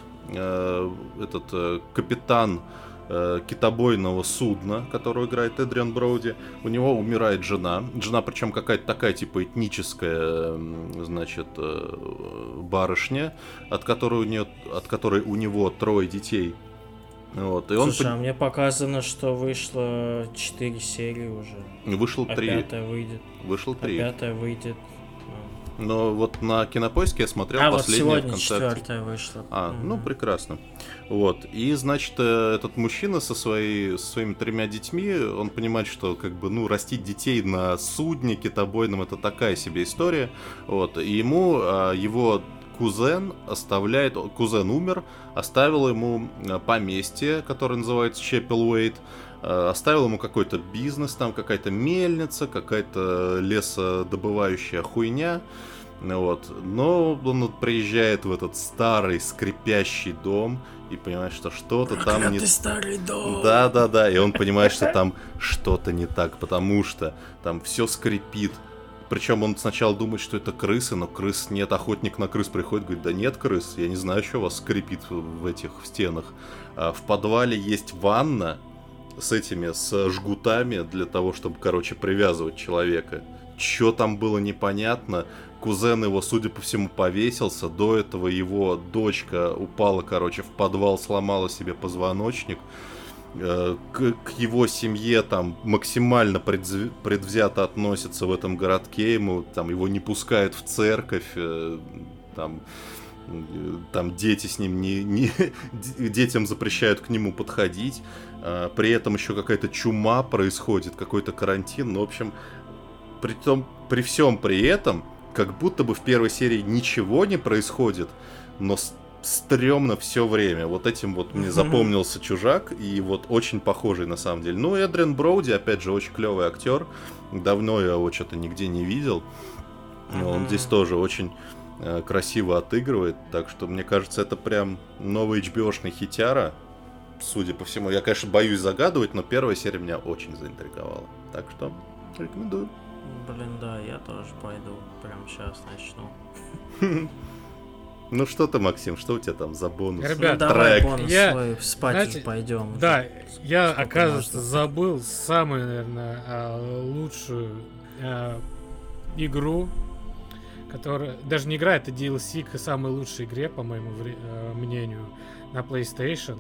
Этот капитан китобойного судна, которого играет Эдриан Броуди, у него умирает жена. Жена, причем какая-то такая, типа, этническая, значит, барышня, от которой у, нее, от которой у него трое детей. Вот, и Слушай, он... а мне показано, что вышло четыре серии уже. Вышло три. А пятая выйдет. Вышло три. А пятая выйдет. Но вот на Кинопоиске я смотрел а, последнее вот в конце. четвертая вышла. А, угу. ну прекрасно. Вот. И, значит, этот мужчина со, своей, со своими тремя детьми, он понимает, что как бы, ну, растить детей на судне китобойном — это такая себе история. Вот. И ему его кузен оставляет, кузен умер, оставил ему поместье, которое называется Chapel Wait, оставил ему какой-то бизнес, там какая-то мельница, какая-то лесодобывающая хуйня. Вот. Но он приезжает в этот старый скрипящий дом и понимает, что что-то там не... старый дом! Да-да-да, и он понимает, что там что-то не так, потому что там все скрипит. Причем он сначала думает, что это крысы, но крыс нет. Охотник на крыс приходит, говорит: да нет крыс, я не знаю, что у вас скрипит в этих стенах. А в подвале есть ванна с этими, с жгутами для того, чтобы, короче, привязывать человека. Чё там было, непонятно. Кузен его, судя по всему, повесился. До этого его дочка упала, короче, в подвал, сломала себе позвоночник. К, к его семье там максимально предвз... предвзято относятся в этом городке. Ему там его не пускают в церковь. Там, там дети с ним не, не детям запрещают к нему подходить. При этом еще какая-то чума происходит, какой-то карантин. Ну, в общем, при том, при всем при этом, как будто бы в первой серии ничего не происходит, но стрёмно все время. Вот этим вот мне запомнился «Чужак», и вот очень похожий на самом деле. Ну, Эдриан Броуди, опять же, очень клевый актер. Давно я его что-то нигде не видел. Но он здесь тоже очень э, красиво отыгрывает. Так что, мне кажется, это прям новый эйч би о-шный хитяра. Судя по всему, я, конечно, боюсь загадывать, но первая серия меня очень заинтриговала. Так что рекомендую. Блин, да, я тоже пойду. Прям сейчас начну. Ну что ты, Максим, что у тебя там за бонус? Ребят, ну, давай трек? Бонус я, свой, спать знаете, уже пойдем. Да, уже. я, Сколько оказывается, можно? забыл самую, наверное, лучшую э, игру, которая... Даже не игра, это ди эл си к самой лучшей игре, по моему вре- э, мнению. на PlayStation.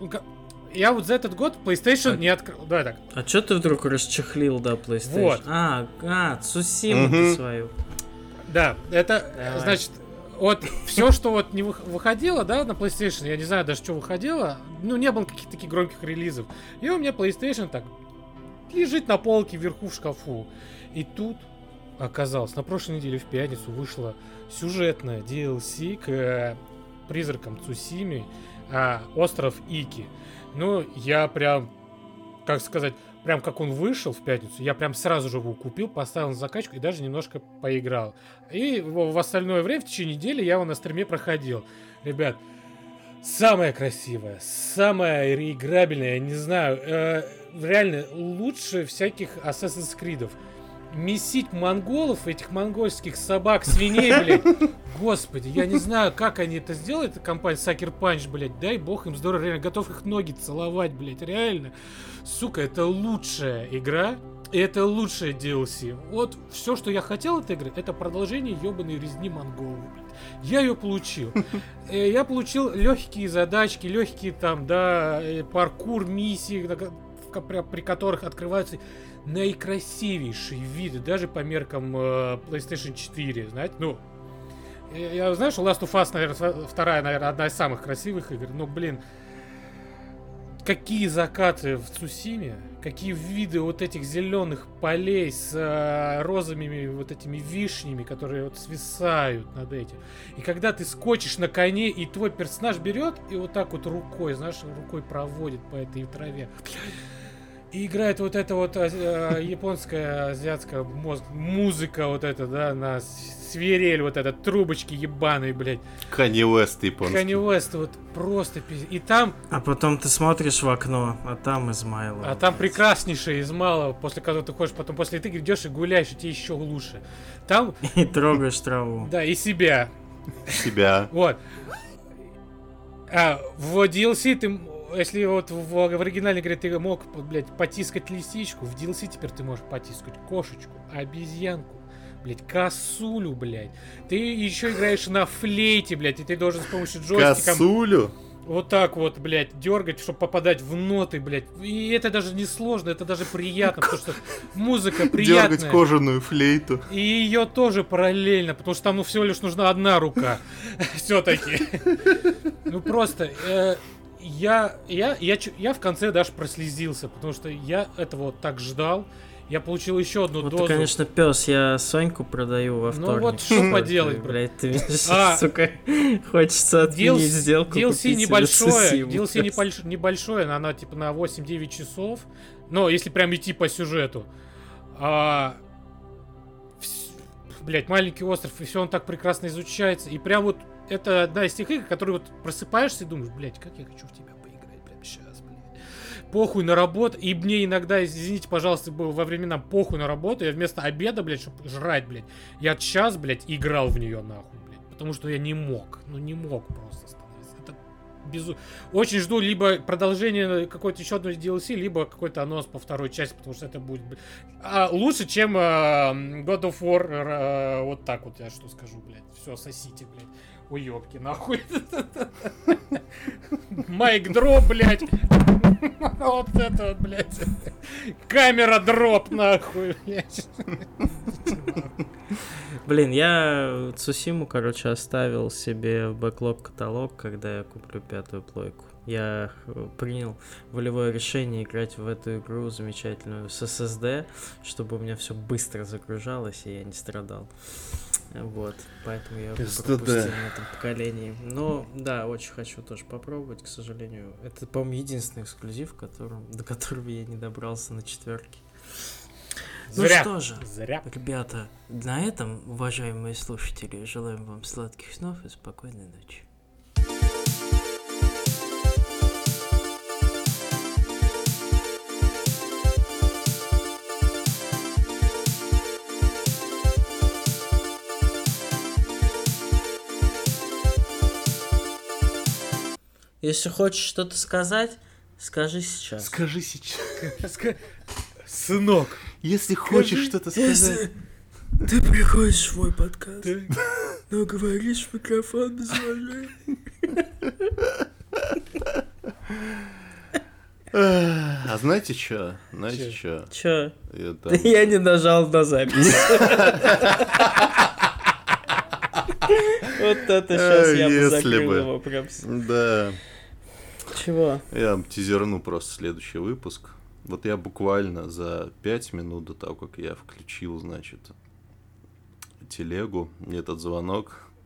Я вот за этот год PlayStation а... не открыл. Давай так. А чё ты вдруг расчехлил, да, PlayStation? Вот. А, а, Цусиму ты свою. Да, это, Давай. значит, вот все, что вот не выходило, да, на PlayStation, я не знаю даже, что выходило, ну, не было каких-то таких громких релизов. И у меня PlayStation так лежит на полке вверху в шкафу. И тут оказалось, на прошлой неделе в пятницу вышло сюжетное ди эл си к э, призракам Цусимы, э, остров Ики. Ну, я прям, как сказать, прям как он вышел в пятницу, я прям сразу же его купил, поставил на закачку и даже немножко поиграл. И в, в остальное время, в течение недели, я его на стриме проходил. Ребят, самое красивое, самое реиграбельное, я не знаю, э, реально лучше всяких Assassin's Creed'ов. Месить монголов, этих монгольских собак, свиней, блядь. Господи, я не знаю, как они это сделают, эта компания Sucker Punch, блядь. Дай бог им здорово, реально готов их ноги целовать, блядь, реально. Сука, это лучшая игра, и это лучшая ди эл си. Вот все, что я хотел от этой игры, это продолжение ебаной резни монголов, блядь. Я ее получил. Я получил легкие задачки, легкие там, да, паркур, миссии, при которых открываются наикрасивейшие виды, даже по меркам э, PlayStation четыре, знаете, ну, я, я знаю, что Last of Us, наверное, вторая, наверное, одна из самых красивых игр, но, блин, какие закаты в Цусиме, какие виды вот этих зеленых полей с э, розовыми вот этими вишнями, которые вот свисают над этим, и когда ты скочишь на коне, и твой персонаж берет и вот так вот рукой, знаешь, рукой проводит по этой траве, и играет вот эта вот э, японская, азиатская мозг, музыка вот эта, да, на свирель вот эта, трубочки ебаные, блядь. Канье Уэст японский. Канье Уэст вот просто пиздец. И там... А потом ты смотришь в окно, а там Измайлов. А там прекраснейшее Измайлов, после которого ты ходишь, потом после этой игры идешь и гуляешь, и тебе еще лучше. Там... И трогаешь траву. Да, и себя. Себя. Вот. А в ди эл си ты... Если вот в, в оригинальной игре ты мог, блядь, потискать лисичку, в ди эл си теперь ты можешь потискать кошечку, обезьянку, блядь, косулю, блядь. Ты еще играешь на флейте, блядь, и ты должен с помощью джойстика... Косулю? Вот так вот, блядь, дергать, чтобы попадать в ноты, блядь. И это даже не сложно, это даже приятно, потому что музыка приятная. Дергать кожаную флейту. И ее тоже параллельно, потому что там ну, всего лишь нужна одна рука. Все-таки. Ну просто... Я, я, я, я в конце даже прослезился, потому что я этого вот так ждал. Я получил еще одну вот дозу. Ты, конечно, пес, я Соньку продаю во вторник. Ну вот что поделать, бро. Блядь, ты видишь, а, сука, хочется отменить сделку. ди эл си небольшое, ди эл си небольшое, она типа на восемь-девять часов. Но если прям идти по сюжету. А, блядь, маленький остров, и все он так прекрасно изучается. И прям вот это одна из тех игр, которые вот просыпаешься и думаешь, блядь, как я хочу в тебя поиграть прямо сейчас, блядь. Похуй на работу. И мне иногда, извините, пожалуйста, было во времена похуй на работу. Я вместо обеда, блядь, чтобы жрать, блядь, я час, блядь, играл в нее нахуй, блядь. Потому что я не мог. Ну не мог просто становиться. Это безу... Очень жду либо продолжение какой-то еще одной ди эл си, либо какой-то анонс по второй части, потому что это будет, блядь, а, лучше, чем uh, God of War. Uh, вот так вот я что скажу, блядь. Все, сосите, блядь. Уёбки, нахуй. Майк дроп, блядь. Вот это вот, блядь. Камера дроп, нахуй, блядь. Блин, я Цусиму, короче, оставил себе в бэклог-каталог, когда я куплю пятую плойку. Я принял волевое решение играть в эту игру замечательную с эс эс ди, чтобы у меня все быстро загружалось, и я не страдал. Вот, поэтому я пропустил на этом поколении. Но, да, очень хочу тоже попробовать, к сожалению. Это, по-моему, единственный эксклюзив, которым, до которого я не добрался на четверке. Зря. Ну что же, Зря. Ребята, на этом, уважаемые слушатели, желаем вам сладких снов и спокойной ночи. Если хочешь что-то сказать, скажи сейчас. Скажи сейчас. Сынок, если хочешь что-то сказать. Ты приходишь в мой подкаст, но говоришь в микрофон без уважения. А знаете что? Знаете что? Чё? Я не нажал на запись. Вот это сейчас я бы закрыл его прям. Да. Чего? Я вам тизерну просто следующий выпуск. Вот я буквально за пять минут до того, как я включил, значит, телегу, этот звонок